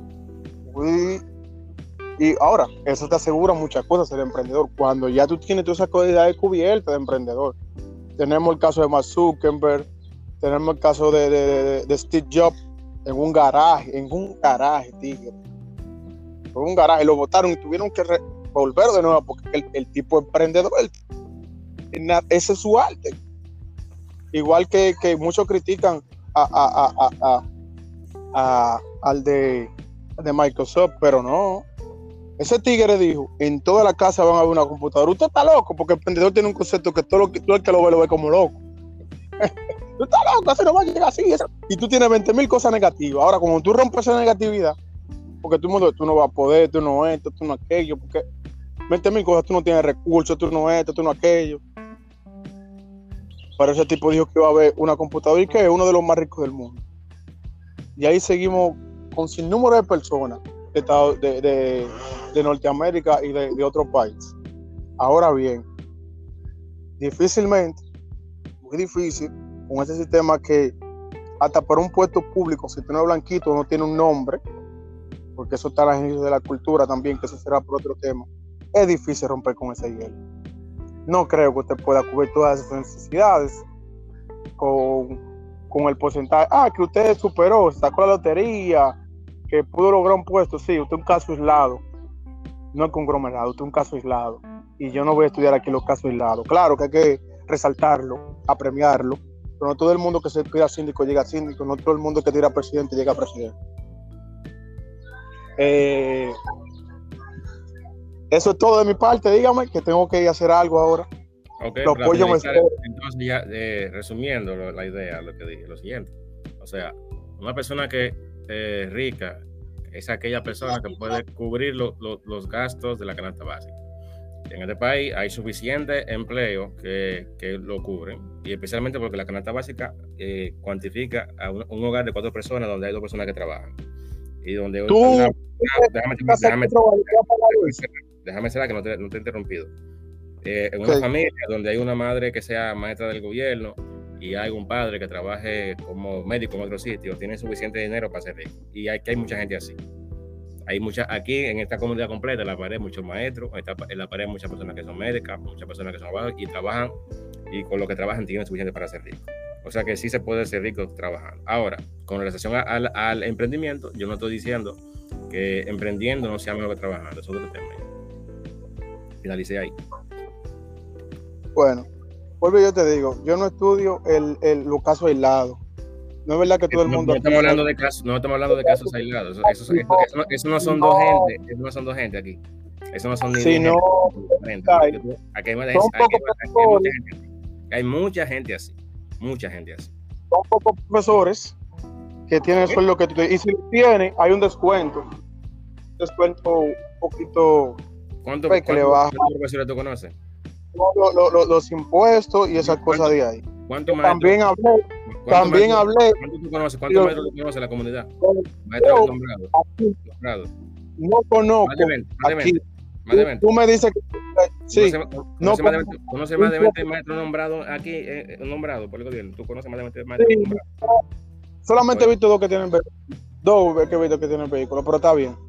Y, y ahora, eso te asegura muchas cosas, ser emprendedor. Cuando ya tú tienes todas esas cualidades cubiertas de emprendedor. Tenemos el caso de Mark Zuckerberg. Tenemos el caso de, de, de, de Steve Jobs en un garaje, en un garaje, tigre. En un garaje, lo botaron y tuvieron que re- volver de nuevo porque el, el tipo emprendedor, el, ese es su arte. Igual que, que muchos critican a, a, a, a, a, al de, de Microsoft, pero no. Ese tigre dijo, en toda la casa van a ver una computadora. Usted está loco porque el emprendedor tiene un concepto que todo, lo que, todo el que lo ve lo ve como loco. Tú estás loco, eso no va a llegar así. Eso. Y tú tienes veinte mil cosas negativas. Ahora, como tú rompes esa negatividad, porque tú, tú no vas a poder, tú no esto, tú no aquello, porque veinte mil cosas, tú no tienes recursos, tú no esto, tú no aquello. Pero ese tipo dijo que iba a haber una computadora y que es uno de los más ricos del mundo. Y ahí seguimos con sin número de personas de, de, de, de Norteamérica y de, de otros países. Ahora bien, difícilmente, muy difícil, con ese sistema que hasta para un puesto público, si tú no es blanquito, no tiene un nombre, porque eso está en las inicios de la cultura también, que eso será por otro tema, es difícil romper con ese hielo. No creo que usted pueda cubrir todas esas necesidades con, con el porcentaje, ah, que usted superó, sacó la lotería, que pudo lograr un puesto, sí, usted es un caso aislado, no es conglomerado, usted es un caso aislado, y yo no voy a estudiar aquí los casos aislados. Claro que hay que resaltarlo, apremiarlo, pero no todo el mundo que se pida síndico llega a síndico, no todo el mundo que tira a presidente llega a presidente. Eh, eso es todo de mi parte, dígame que tengo que ir a hacer algo ahora. Okay, lo apoyo me entonces ya eh, resumiendo lo, la idea, lo que dije, lo siguiente, o sea, una persona que eh, rica es aquella persona que puede cubrir lo, lo, los gastos de la canasta básica. En este país hay suficiente empleo que, que lo cubren, y especialmente porque la canasta básica eh, cuantifica a un, un hogar de cuatro personas donde hay dos personas que trabajan. Y donde ¿Tú? Una, una, déjame, déjame, déjame, déjame ser que no te, no te he interrumpido. Eh, en una okay. familia donde hay una madre que sea maestra del gobierno y hay un padre que trabaje como médico en otro sitio, tiene suficiente dinero para ser rico. Y hay, que hay mucha gente así. Hay muchas, aquí en esta comunidad completa, en la pared, muchos maestros, está, en la pared muchas personas que son médicas, muchas personas que son abogados y trabajan, y con lo que trabajan tienen suficiente para ser ricos. O sea que sí se puede ser rico trabajando. Ahora, con relación a, al, al emprendimiento, yo no estoy diciendo que emprendiendo no sea mejor que trabajando, eso es otro tema. Finalicé ahí. Bueno, vuelvo y yo te digo, yo no estudio el, el, los casos aislados. No es verdad que todo el No, mundo... no estamos hablando de casos, no estamos hablando de casos aislados. Eso, eso, eso, eso, no, eso no son dos gente, eso no son dos gente aquí. Eso no son ni sí, no, gente. Aquí hay, hay, hay, hay mucha gente así. Mucha gente así. Son pocos profesores que tienen el sueldo que tú tienes. Y si lo tienen, hay un descuento. Un descuento un poquito. ¿Cuántos pues, profesores tú conoces? Lo, lo, lo, los impuestos y esas cosas de ahí. ¿Cuántos también hablé. También maestros, hablé. ¿Cuántos tú conoces? ¿Cuántos maestros tú conoces en la comunidad? Maestros nombrados. nombrados. No conozco. Más de veinte. Más de veinte. Más de veinte. Tú, tú me dices que. Sí. ¿Conoces no, más de veinte, conoce más de veinte maestros nombrados aquí? Eh, nombrados por el gobierno. ¿Tú conoces más de veinte maestros sí. nombrados? Solamente he visto dos que tienen vehículos. Dos que he visto que tienen vehículos, pero está bien.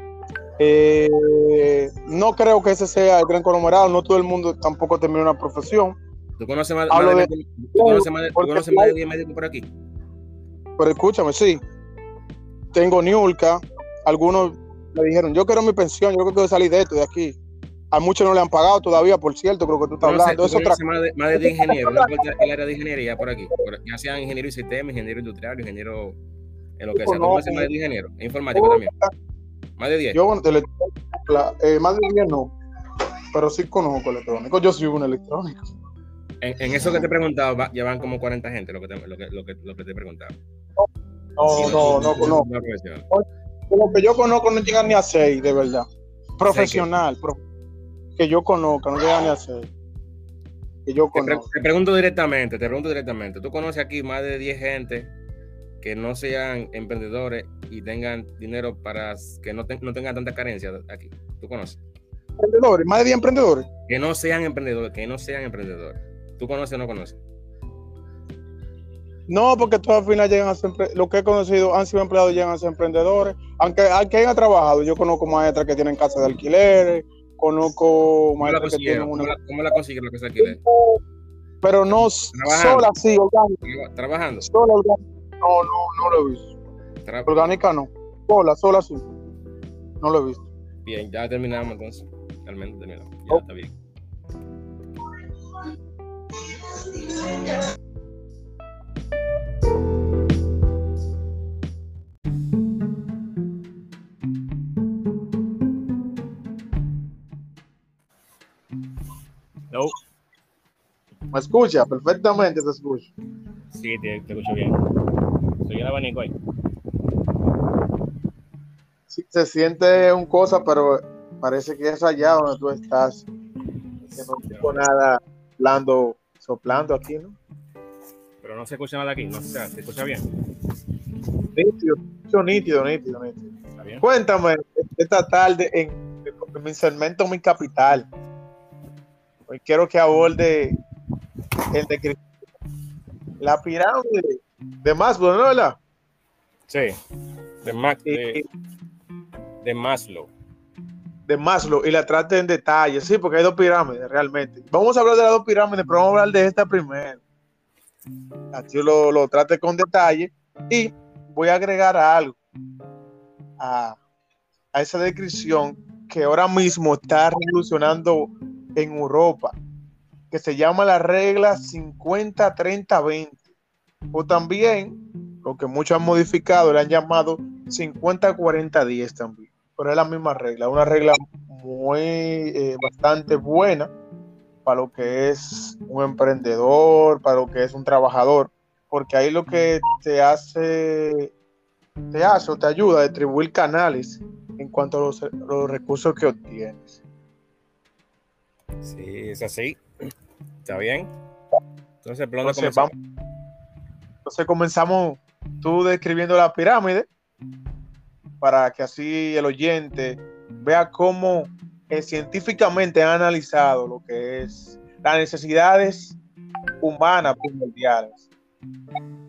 Eh, no creo que ese sea el gran conglomerado. No todo el mundo tampoco termina una profesión. ¿Tú conoces más, más, de, de, ¿tú conoces más, de, ¿tú conoces más de diez médicos por aquí? Pero escúchame, sí. Tengo Niulca. Algunos me dijeron, yo quiero mi pensión, yo quiero salir de esto, de aquí. A muchos no le han pagado todavía, por cierto, creo que tú estás hablando. Eso otra... más, de, más de diez ingenieros, no importa el área de ingeniería por aquí. Por, ya sean ingeniero de sistema, ingeniero industrial, ingeniero en lo que sea. ¿Tú conoces más de diez ingenieros? Informático también. Más de diez. Yo, bueno, eh, más de diez no, pero sí conozco electrónico. Yo soy un electrónico. En, en eso que te he preguntado, va, ya van como cuarenta gente, lo que te, lo que, lo que, lo que te he preguntado. No, no, no conozco. No, no, lo que yo conozco no llegan ni a seis, de verdad. Profesional, que, pro, que yo conozco, no llegan ni a seis. Que yo conozco. Te, te pregunto directamente, te pregunto directamente. ¿Tú conoces aquí más de diez gente que no sean emprendedores y tengan dinero para que no, te, no tengan tanta carencia aquí? ¿Tú conoces? ¿Emprendedores? ¿Más de diez emprendedores? Que no sean emprendedores, que no sean emprendedores. ¿Tú conoces o no conoces? No, porque todos al final llegan a ser, lo que he conocido han sido empleados y llegan a ser emprendedores. Aunque, aunque hayan trabajado, yo conozco maestras que tienen casas de alquileres, conozco maestras que tienen una... ¿Cómo la, cómo la consiguieron la casa de alquiler? Pero no sola, sí, orgánica. ¿Trabajando? Sola, orgánica. No, no, no lo he visto. Tra... Orgánica no. Sola, sola sí. No lo he visto. Bien, ya terminamos entonces. Realmente terminamos. Ya oh. Está bien. No. ¿Me escucha? Perfectamente te escucho. Sí, te, te escucho bien. Soy el abanico ahí. Sí, se siente un cosa, pero parece que es allá donde tú estás. Que no tengo nada hablando, soplando aquí, ¿no? Pero no se escucha nada aquí, ¿no? O sea, ¿se escucha bien? Nítido, nítido, nítido, nítido. ¿Está bien? Cuéntame, esta tarde en, en mi segmento Mi Capital. Hoy quiero que aborde el de la pirámide de Maslow, ¿no? ¿Verdad? Sí, de, Ma de, de Maslow. De Maslow, y la trate en detalle, sí, porque hay dos pirámides realmente. Vamos a hablar de las dos pirámides, pero vamos a hablar de esta primero. Aquí lo, lo trate con detalle y voy a agregar algo a, a esa descripción que ahora mismo está revolucionando en Europa, que se llama la regla cincuenta treinta veinte, o también lo que muchos han modificado, le han llamado cincuenta cuarenta diez también, pero es la misma regla, una regla muy eh, bastante buena para lo que es un emprendedor, para lo que es un trabajador, porque ahí lo que te hace te hace o te ayuda a distribuir canales en cuanto a los, los recursos que obtienes. Sí, es así. Está bien. Entonces, ¿por dónde entonces, comenzamos? Vamos, entonces comenzamos tú describiendo la pirámide para que así el oyente vea cómo eh, científicamente han analizado lo que es las necesidades humanas primordiales.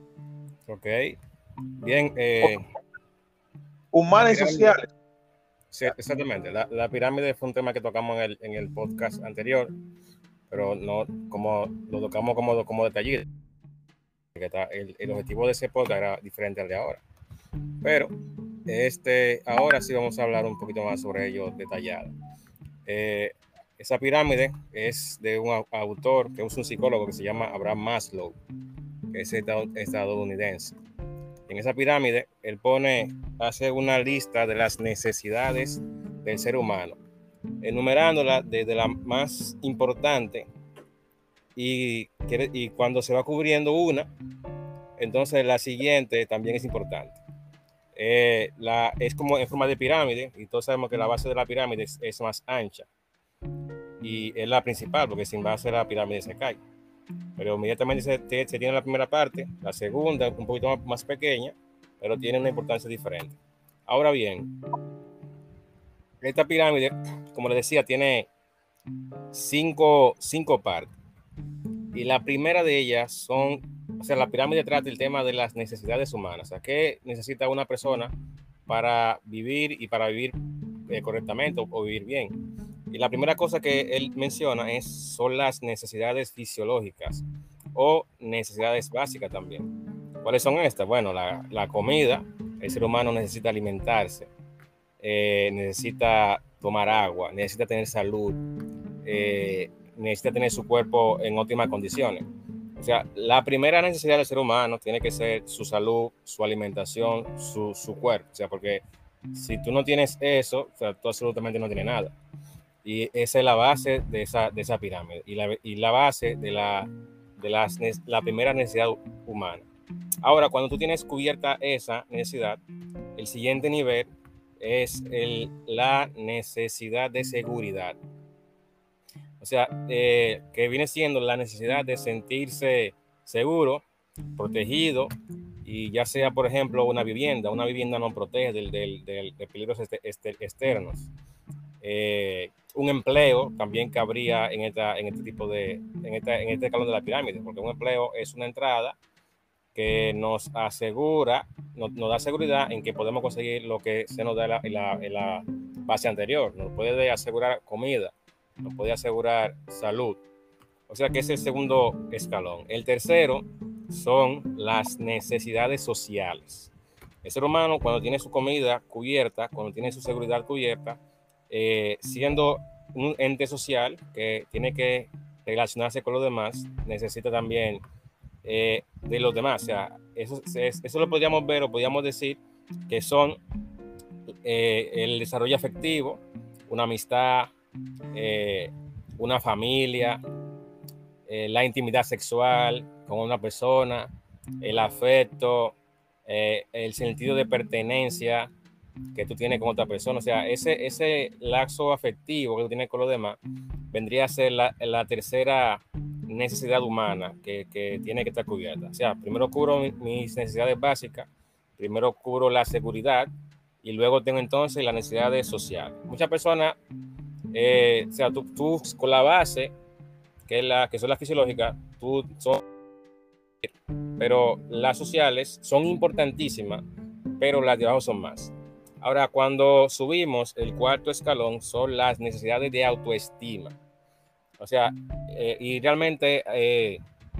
Ok. Bien. Eh, humanas y sociales. Sí, exactamente. La, la pirámide fue un tema que tocamos en el, en el podcast anterior, pero no como lo tocamos como, como detallista. El, el objetivo de ese podcast era diferente al de ahora. Pero este, ahora sí vamos a hablar un poquito más sobre ello detallado. Eh, esa pirámide es de un autor que es un psicólogo que se llama Abraham Maslow, que es estadounidense. En esa pirámide, él pone, hace una lista de las necesidades del ser humano, enumerándola desde la más importante y, y cuando se va cubriendo una, entonces la siguiente también es importante. Eh, la, es como en forma de pirámide y todos sabemos que la base de la pirámide es, es más ancha y es la principal porque sin base la pirámide se cae. Pero inmediatamente se, se tiene la primera parte, la segunda un poquito más, más pequeña, pero tiene una importancia diferente. Ahora bien, esta pirámide, como les decía, tiene cinco, cinco partes. Y la primera de ellas son, o sea, la pirámide trata el tema de las necesidades humanas. O sea, ¿qué necesita una persona para vivir y para vivir eh, correctamente o, o vivir bien? Y la primera cosa que él menciona es, son las necesidades fisiológicas o necesidades básicas también. ¿Cuáles son estas? Bueno, la, la comida. El ser humano necesita alimentarse, eh, necesita tomar agua, necesita tener salud, eh, necesita tener su cuerpo en óptimas condiciones. O sea, la primera necesidad del ser humano tiene que ser su salud, su alimentación, su, su cuerpo. O sea, porque si tú no tienes eso, o sea, tú absolutamente no tienes nada. Y esa es la base de esa, de esa pirámide y la, y la base de, la, de las, la primera necesidad humana. Ahora, cuando tú tienes cubierta esa necesidad, el siguiente nivel es el, la necesidad de seguridad. O sea, eh, que viene siendo la necesidad de sentirse seguro, protegido, y ya sea, por ejemplo, una vivienda. Una vivienda no protege del, del, del, de peligros este, este, externos. Eh, un empleo también cabría en, esta, en este tipo de, en, esta, en este escalón de la pirámide, porque un empleo es una entrada que nos asegura, nos, nos da seguridad en que podemos conseguir lo que se nos da en la, en la, en la base anterior. Nos puede asegurar comida, nos puede asegurar salud. O sea que ese es el segundo escalón. El tercero son las necesidades sociales. El ser humano, cuando tiene su comida cubierta, cuando tiene su seguridad cubierta, eh, siendo un ente social que tiene que relacionarse con los demás, necesita también eh, de los demás. O sea, eso, eso lo podríamos ver o podríamos decir que son eh, el desarrollo afectivo, una amistad, eh, una familia, eh, la intimidad sexual con una persona, el afecto, eh, el sentido de pertenencia que tú tienes con otra persona. O sea, ese, ese lazo afectivo que tú tienes con los demás vendría a ser la, la tercera necesidad humana que, que tiene que estar cubierta. O sea, primero cubro mis necesidades básicas, primero cubro la seguridad y luego tengo entonces las necesidades sociales. Muchas personas, eh, o sea, tú, tú con la base, que, es la, que son las fisiológicas, tú son, pero las sociales son importantísimas, pero las de abajo son más. Ahora, cuando subimos el cuarto escalón, son las necesidades de autoestima. O sea, eh, y realmente eh,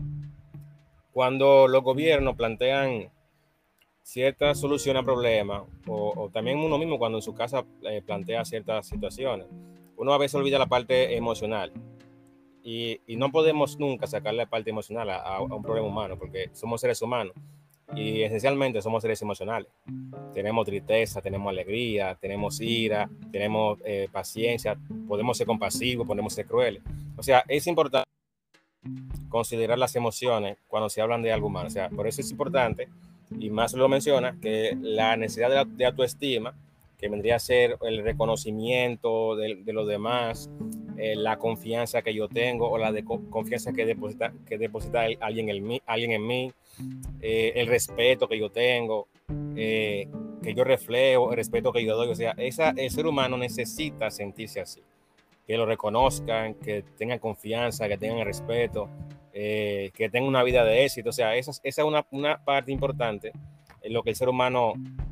cuando los gobiernos plantean ciertas soluciones a problemas, o, o también uno mismo cuando en su casa eh, plantea ciertas situaciones, uno a veces olvida la parte emocional. Y, y no podemos nunca sacarle la parte emocional a, a un problema humano, porque somos seres humanos y esencialmente somos seres emocionales. Tenemos tristeza, tenemos alegría, tenemos ira, tenemos eh, paciencia, podemos ser compasivos, podemos ser crueles. O sea, es importante considerar las emociones cuando se hablan de algo humano. O sea, por eso es importante, y más lo menciona, que la necesidad de, la, de autoestima, que vendría a ser el reconocimiento de, de los demás, eh, la confianza que yo tengo o la de confianza que deposita, que deposita alguien en mí, alguien en mí eh, el respeto que yo tengo, eh, que yo reflejo, el respeto que yo doy. O sea, esa, el ser humano necesita sentirse así, que lo reconozcan, que tengan confianza, que tengan respeto, eh, que tengan una vida de éxito. O sea, esa, esa es una, una parte importante en lo que el ser humano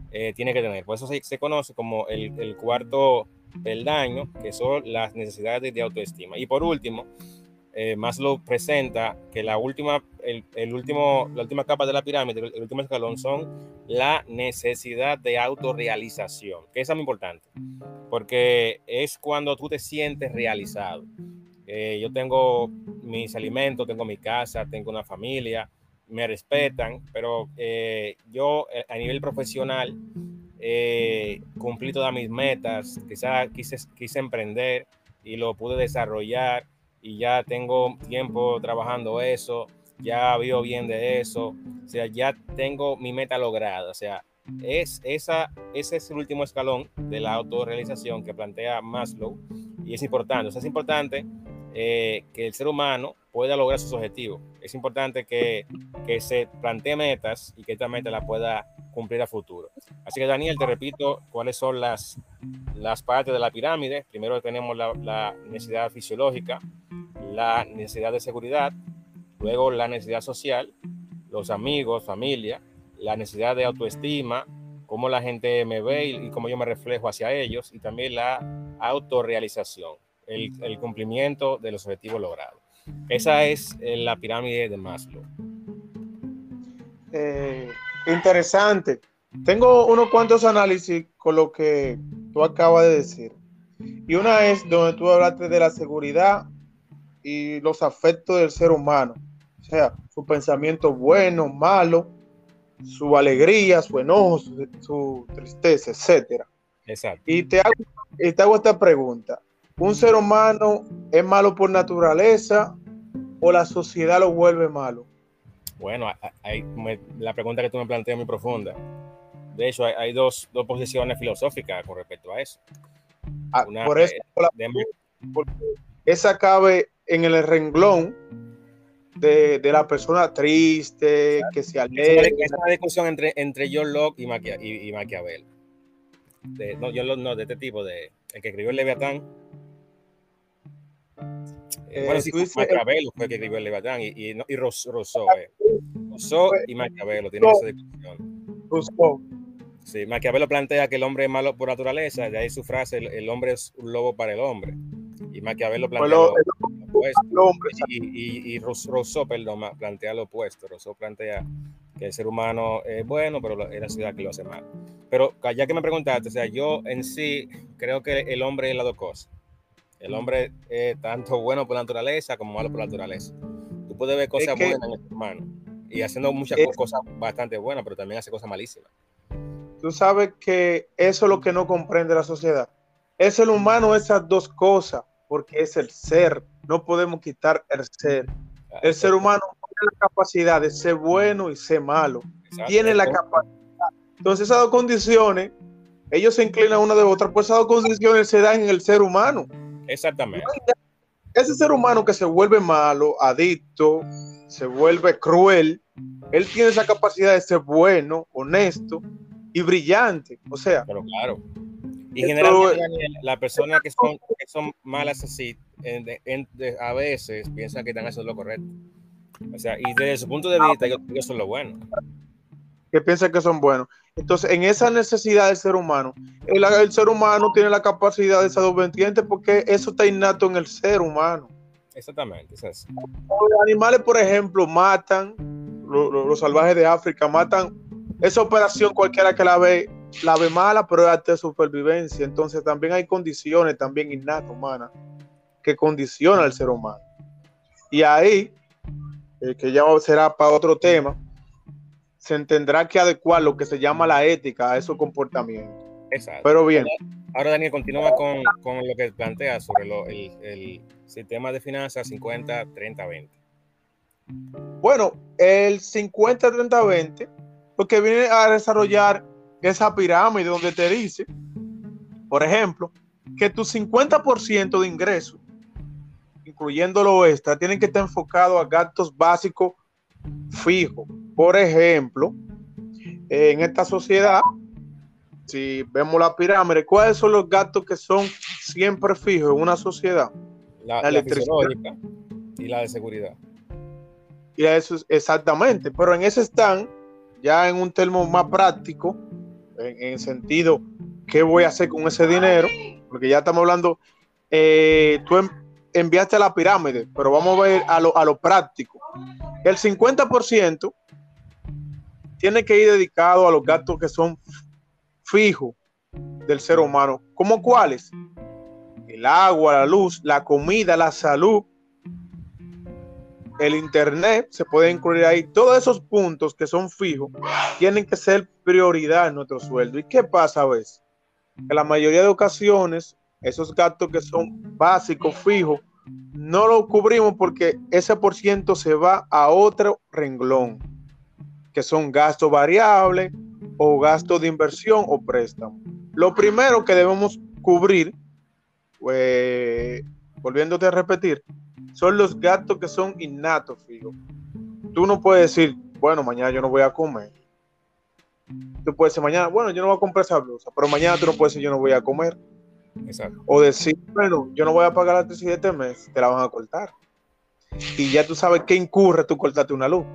eh, tiene que tener. Por eso se, se conoce como el, el cuarto peldaño, que son las necesidades de autoestima. Y por último, eh, Maslow presenta que la última, el, el último, la última capa de la pirámide, el, el último escalón, son la necesidad de autorrealización, que es muy importante, porque es cuando tú te sientes realizado. Eh, yo tengo mis alimentos, tengo mi casa, tengo una familia, me respetan, pero eh, yo a nivel profesional eh, cumplí todas mis metas, quizá quise, quise emprender y lo pude desarrollar y ya tengo tiempo trabajando eso, ya vivo bien de eso, o sea, ya tengo mi meta lograda, o sea, es esa, ese es el último escalón de la autorrealización que plantea Maslow y es importante, o sea, es importante eh, que el ser humano pueda lograr sus objetivos, es importante que, que se plantee metas y que esta meta la pueda cumplir a futuro. Así que Daniel, te repito cuáles son las, las partes de la pirámide. Primero tenemos la, la necesidad fisiológica, la necesidad de seguridad, luego la necesidad social, los amigos, familia, la necesidad de autoestima, cómo la gente me ve y, y cómo yo me reflejo hacia ellos, y también la autorrealización, el, el cumplimiento de los objetivos logrados. Esa es la pirámide de Maslow. Eh, interesante. Tengo unos cuantos análisis con lo que tú acabas de decir. Y una es donde tú hablaste de la seguridad y los afectos del ser humano. O sea, su pensamiento bueno, malo, su alegría, su enojo, su, su tristeza, etcétera. Exacto. Y te hago, y te hago esta pregunta. ¿Un ser humano es malo por naturaleza o la sociedad lo vuelve malo? Bueno, hay, me, la pregunta que tú me planteas es muy profunda. De hecho, hay, hay dos, dos posiciones filosóficas con respecto a eso. Ah, Una, por eso, eh, la, de, porque esa cabe en el renglón de, de la persona triste, que se alegra. Es una discusión entre, entre John Locke y, Maquia, y, y Maquiavelo. De, no, John Locke no, de este tipo, de, el que escribió el Leviatán. Eh, bueno, sí, Maquiavelo fue el que escribió el Leviatán y, y, y Rousseau, eh. Rousseau y Maquiavelo tienen esa discusión. Rousseau. Sí, Maquiavelo plantea que el hombre es malo por naturaleza, de ahí su frase, el, el hombre es un lobo para el hombre. Y Maquiavelo plantea lo, lo opuesto. Y, y, y Rousseau, perdón, plantea lo opuesto. Rousseau plantea que el ser humano es bueno, pero es la sociedad que lo hace mal. Pero ya que me preguntaste, o sea, yo en sí creo que el hombre es las dos cosas. El hombre es tanto bueno por naturaleza como malo por naturaleza. Tú puedes ver cosas es que, buenas en el ser humano y haciendo muchas es, cosas bastante buenas, pero también hace cosas malísimas. Tú sabes que eso es lo que no comprende la sociedad. Es el humano esas dos cosas, porque es el ser. No podemos quitar el ser. El ser humano tiene la capacidad de ser bueno y ser malo. Exacto. Tiene la capacidad. Entonces esas dos condiciones, ellos se inclinan una de otra, pues esas dos condiciones se dan en el ser humano. Exactamente. Ese ser humano que se vuelve malo, adicto, se vuelve cruel, él tiene esa capacidad de ser bueno, honesto y brillante. O sea, pero claro. Y generalmente las personas que son, que son malas así, en, en, en, a veces piensan que están haciendo lo correcto. O sea, y desde su punto de vista, ellos, ellos son lo bueno. Que piensan que son buenos. Entonces, en esa necesidad del ser humano, el, el ser humano tiene la capacidad de ser obediente porque eso está innato en el ser humano. Exactamente, es eso. Los animales, por ejemplo, matan, lo, lo, los salvajes de África matan. Esa operación cualquiera que la ve, la ve mala, pero es arte de supervivencia. Entonces, también hay condiciones también innatas humanas que condicionan al ser humano. Y ahí, eh, que ya será para otro tema, se tendrá que adecuar lo que se llama la ética a esos comportamientos. Exacto. Pero bien. Ahora, Daniel, continúa con, con lo que plantea sobre lo, el, el sistema de finanzas cincuenta, treinta, veinte. Bueno, el cincuenta, treinta, veinte, lo que viene a desarrollar esa pirámide donde te dice, por ejemplo, que tu cincuenta por ciento de ingresos, incluyendo lo extra, tienen que estar enfocados a gastos básicos fijos. Por ejemplo, en esta sociedad, si vemos la pirámide, ¿cuáles son los gastos que son siempre fijos en una sociedad? La, la electricidad y la de seguridad. Y eso es exactamente, pero en ese están, ya en un termo más práctico, en, en sentido, ¿qué voy a hacer con ese dinero? Porque ya estamos hablando, eh, tú en, enviaste la pirámide, pero vamos a ver a lo, a lo práctico. El cincuenta por ciento tiene que ir dedicado a los gastos que son fijos del ser humano. ¿Cómo cuáles? El agua, la luz, la comida, la salud, el internet, se puede incluir ahí. Todos esos puntos que son fijos tienen que ser prioridad en nuestro sueldo. ¿Y qué pasa a veces? En la mayoría de ocasiones, esos gastos que son básicos, fijos, no los cubrimos porque ese por ciento se va a otro renglón, que son gastos variables o gastos de inversión o préstamo. Lo primero que debemos cubrir, eh, volviéndote a repetir, son los gastos que son innatos, fijos. Tú no puedes decir, bueno, mañana yo no voy a comer. Tú puedes decir mañana, bueno, yo no voy a comprar esa blusa, pero mañana tú no puedes decir, yo no voy a comer. Exacto. O decir, bueno, yo no voy a pagar la electricidad este mes, te la van a cortar. Y ya tú sabes qué incurre tú cortarte una luz.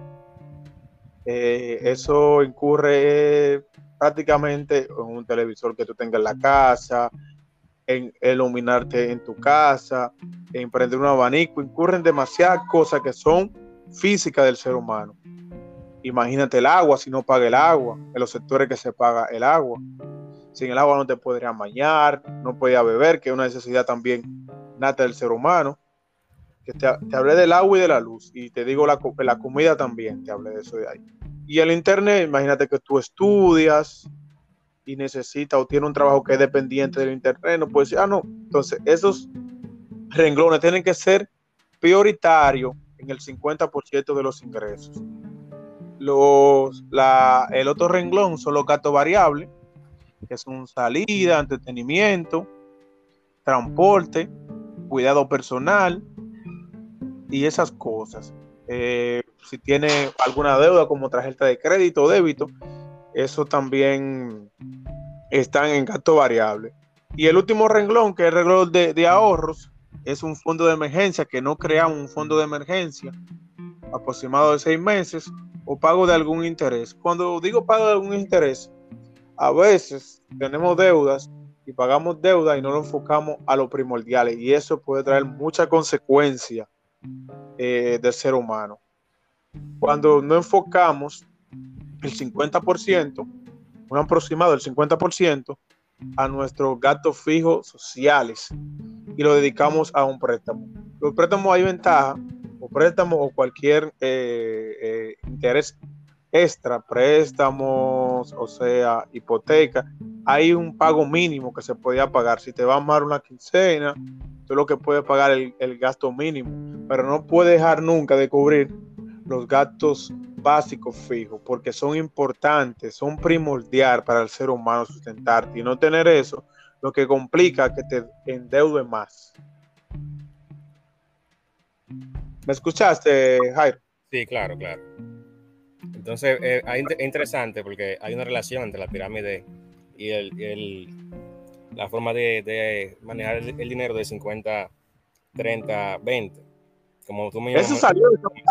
Eh, eso incurre prácticamente en un televisor que tú tengas en la casa, en iluminarte en tu casa, en prender un abanico. Incurren demasiadas cosas que son físicas del ser humano. Imagínate el agua, si no paga el agua, en los sectores que se paga el agua. Sin el agua no te podrías bañar, no podías beber, que es una necesidad también nata del ser humano. Que te, te hablé del agua y de la luz, y te digo la, la comida también, te hablé de eso de ahí. Y el internet, imagínate que tú estudias y necesitas o tienes un trabajo que es dependiente del internet, no puedes decir, ah, no. Entonces, esos renglones tienen que ser prioritarios en el cincuenta por ciento de los ingresos. Los, la, el otro renglón son los gastos variables, que son salida, entretenimiento, transporte, cuidado personal y esas cosas. Eh, si tiene alguna deuda como tarjeta de crédito o débito, eso también están en gasto variable. Y el último renglón, que es el renglón de, de ahorros, es un fondo de emergencia, que no creamos un fondo de emergencia aproximado de seis meses o pago de algún interés. Cuando digo pago de algún interés, a veces tenemos deudas y pagamos deuda y no lo enfocamos a lo primordial, y eso puede traer muchas consecuencias eh, del ser humano. Cuando no enfocamos el cincuenta por ciento, un aproximado del cincuenta por ciento a nuestros gastos fijos sociales y lo dedicamos a un préstamo. Los préstamos hay ventaja, o préstamo o cualquier eh, eh, interés extra, préstamos, o sea, hipoteca, hay un pago mínimo que se podía pagar. Si te va a amar una quincena, tú lo que puedes pagar el, el gasto mínimo, pero no puedes dejar nunca de cubrir los gastos básicos fijos, porque son importantes, son primordiales para el ser humano sustentarte, y no tener eso, lo que complica que te endeude más. ¿Me escuchaste, Jairo? Sí, claro, claro. Entonces, eh, es interesante porque hay una relación entre la pirámide y el, el, la forma de, de manejar el, el dinero de cincuenta, treinta, veinte. Como tú mismo Eso salió.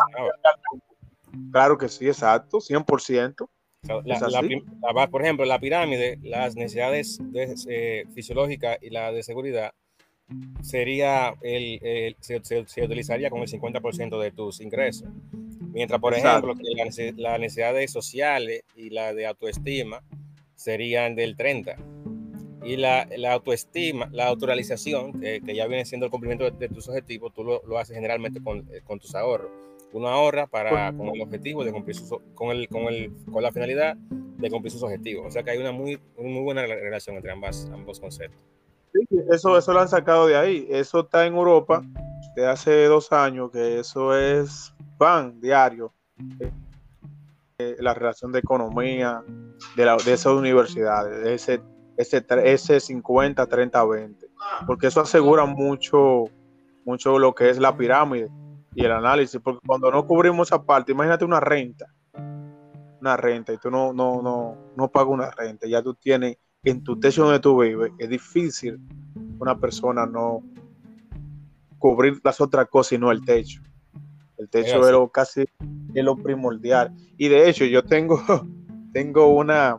Claro que sí, exacto, cien por ciento. La, la, la, la, por ejemplo, la pirámide, las necesidades de, eh, fisiológicas y la de seguridad sería el, el se, se, se utilizaría con el cincuenta por ciento de tus ingresos. Mientras, por Exacto. ejemplo, que las la necesidades sociales y la de autoestima serían del treinta. Y la, la autoestima, la autorrealización, que, que ya viene siendo el cumplimiento de, de tus objetivos, tú lo, lo haces generalmente con, con tus ahorros. Uno ahorra para, con el objetivo de cumplir sus, con, el, con, el, con la finalidad de cumplir sus objetivos. O sea que hay una muy, muy buena relación entre ambas, ambos conceptos. Sí, eso, eso lo han sacado de ahí. Eso está en Europa de hace dos años, que eso es pan diario. Eh, la relación de economía de, la, de esas universidades, de ese, ese, ese cincuenta, treinta, veinte. Porque eso asegura mucho, mucho lo que es la pirámide y el análisis. Porque cuando no cubrimos esa parte, imagínate una renta. Una renta y tú no, no, no, no pagas una renta. Ya tú tienes en tu techo donde tú vives, es difícil una persona no cubrir las otras cosas y no el techo. El techo es, es lo casi es lo primordial. Y de hecho, yo tengo, tengo una,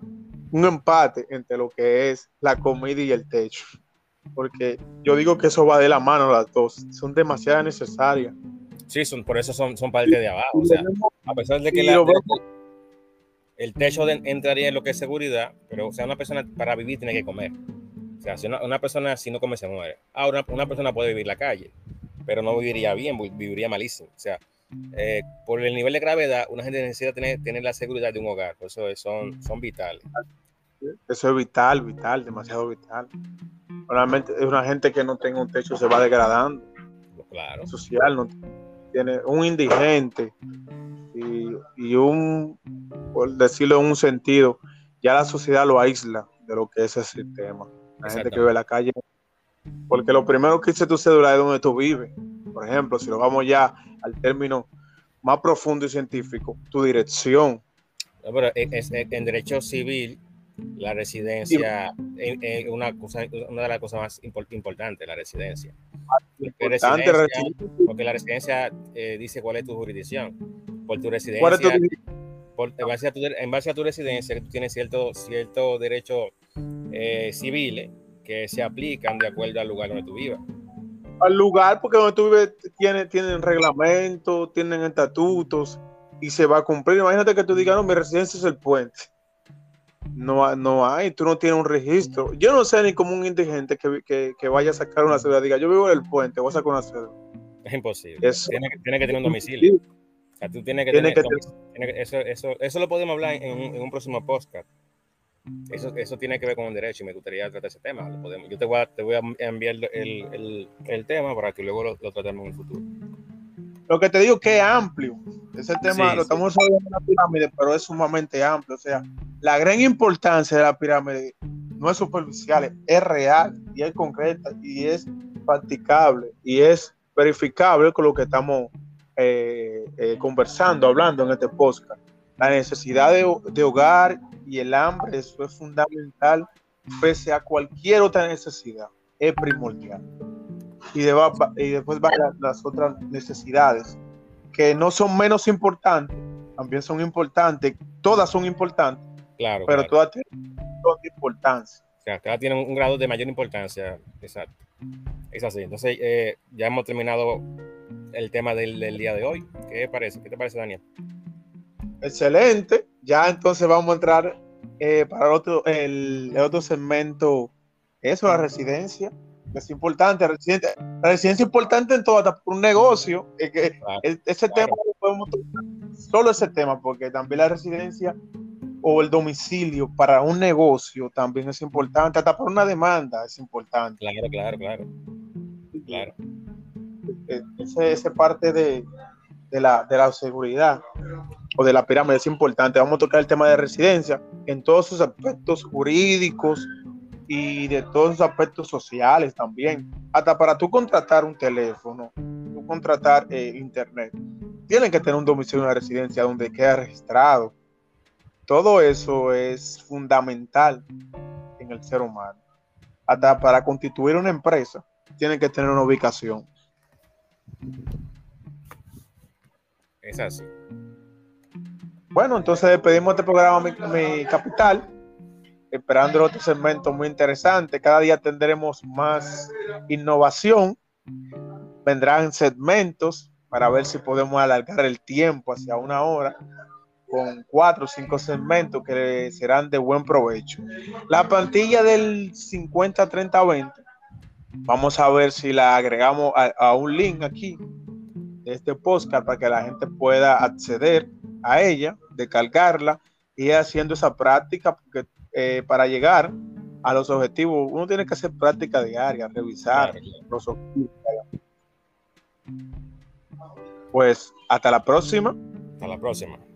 un empate entre lo que es la comida y el techo. Porque yo digo que eso va de la mano las dos, son demasiado necesarias. Sí, son, por eso son, son parte de abajo. O sea, a pesar de que, la, de que el techo de, entraría en lo que es seguridad, pero o sea, una persona para vivir tiene que comer. O sea, si una, una persona si no come se muere. Ah, una, una persona puede vivir en la calle, pero no viviría bien, viviría malísimo. O sea, eh, por el nivel de gravedad, una gente necesita tener, tener la seguridad de un hogar. Por eso es, son, son vitales. Eso es vital, vital, demasiado vital. Realmente es una gente que no tenga un techo se va degradando. Claro. Social, no tiene un indigente y, y un, por decirlo en un sentido, ya la sociedad lo aísla de lo que es ese sistema. La gente que vive en la calle, porque lo primero que dice tu cédula es donde tú vives. Por ejemplo, si lo vamos ya al término más profundo y científico, tu dirección. No, pero es, es, en derecho civil, la residencia es, es una, cosa, una de las cosas más importantes, la residencia. Importante residencia porque la residencia eh, dice cuál es tu jurisdicción. Por tu residencia, ¿Cuál es tu... por, en, base a tu, en base a tu residencia, tú tienes ciertos cierto derechos eh, civiles que se aplican de acuerdo al lugar donde tú vivas. Al lugar, porque donde tú vives tienen, tienen reglamentos, tienen estatutos y se va a cumplir. Imagínate que tú digas, no, mi residencia es el puente. No, no hay, tú no tienes un registro. Yo no sé ni como un indigente que, que, que vaya a sacar una cédula, diga, yo vivo en el puente, voy a sacar una cédula. Es imposible. Eso, tiene, que, tiene que tener un domicilio. O sea, tú tienes que tiene tener, que tiene que, eso, eso, eso lo podemos hablar en un, en un próximo podcast. Eso, eso tiene que ver con el derecho y me gustaría tratar ese tema. Lo podemos, yo te voy a, te voy a enviar el, el, el tema para que luego lo, lo tratemos en el futuro. Lo que te digo que es amplio. Ese tema sí, lo estamos sí. hablando de la pirámide, pero es sumamente amplio. O sea, la gran importancia de la pirámide no es superficial, es real y es concreta y es practicable y es verificable con lo que estamos eh, eh, conversando, hablando en este podcast. La necesidad de, de hogar y el hambre, eso es fundamental, pese a cualquier otra necesidad, es primordial. Y, deba, y después van las, las otras necesidades, que no son menos importantes, también son importantes, todas son importantes, claro, pero claro. todas tienen importancia. O sea, todas tienen un grado de mayor importancia, exacto. Es así. Entonces, eh, ya hemos terminado el tema del, del día de hoy. ¿Qué parece? ¿Qué te parece, Daniel? Excelente. Ya entonces vamos a entrar eh, para el otro, el, el otro segmento, eso, la residencia. Es importante, la residencia, la residencia es importante en todo, hasta por un negocio. Es que claro, ese claro. tema lo podemos tocar, solo ese tema, porque también la residencia o el domicilio para un negocio también es importante, hasta para una demanda es importante. Claro, claro, claro. claro. Esa ese parte de, de, la, de la seguridad o de la pirámide es importante. Vamos a tocar el tema de residencia en todos sus aspectos jurídicos y de todos sus aspectos sociales también. Hasta para tú contratar un teléfono, tú contratar eh, internet, tienen que tener un domicilio, una residencia donde quede registrado. Todo eso es fundamental en el ser humano. Hasta para constituir una empresa, tienen que tener una ubicación. Es así. Bueno, entonces despedimos este programa Mi, Mi Capital, esperando otro segmento muy interesante. Cada día tendremos más innovación, vendrán segmentos para ver si podemos alargar el tiempo hacia una hora, con cuatro o cinco segmentos que serán de buen provecho. La plantilla del cincuenta treinta veinte, vamos a ver si la agregamos a, a un link aquí de este podcast para que la gente pueda acceder a ella, descargarla y ir haciendo esa práctica, porque eh, para llegar a los objetivos uno tiene que hacer práctica diaria, revisar claro, claro. los objetivos. Pues hasta la próxima. Hasta la próxima.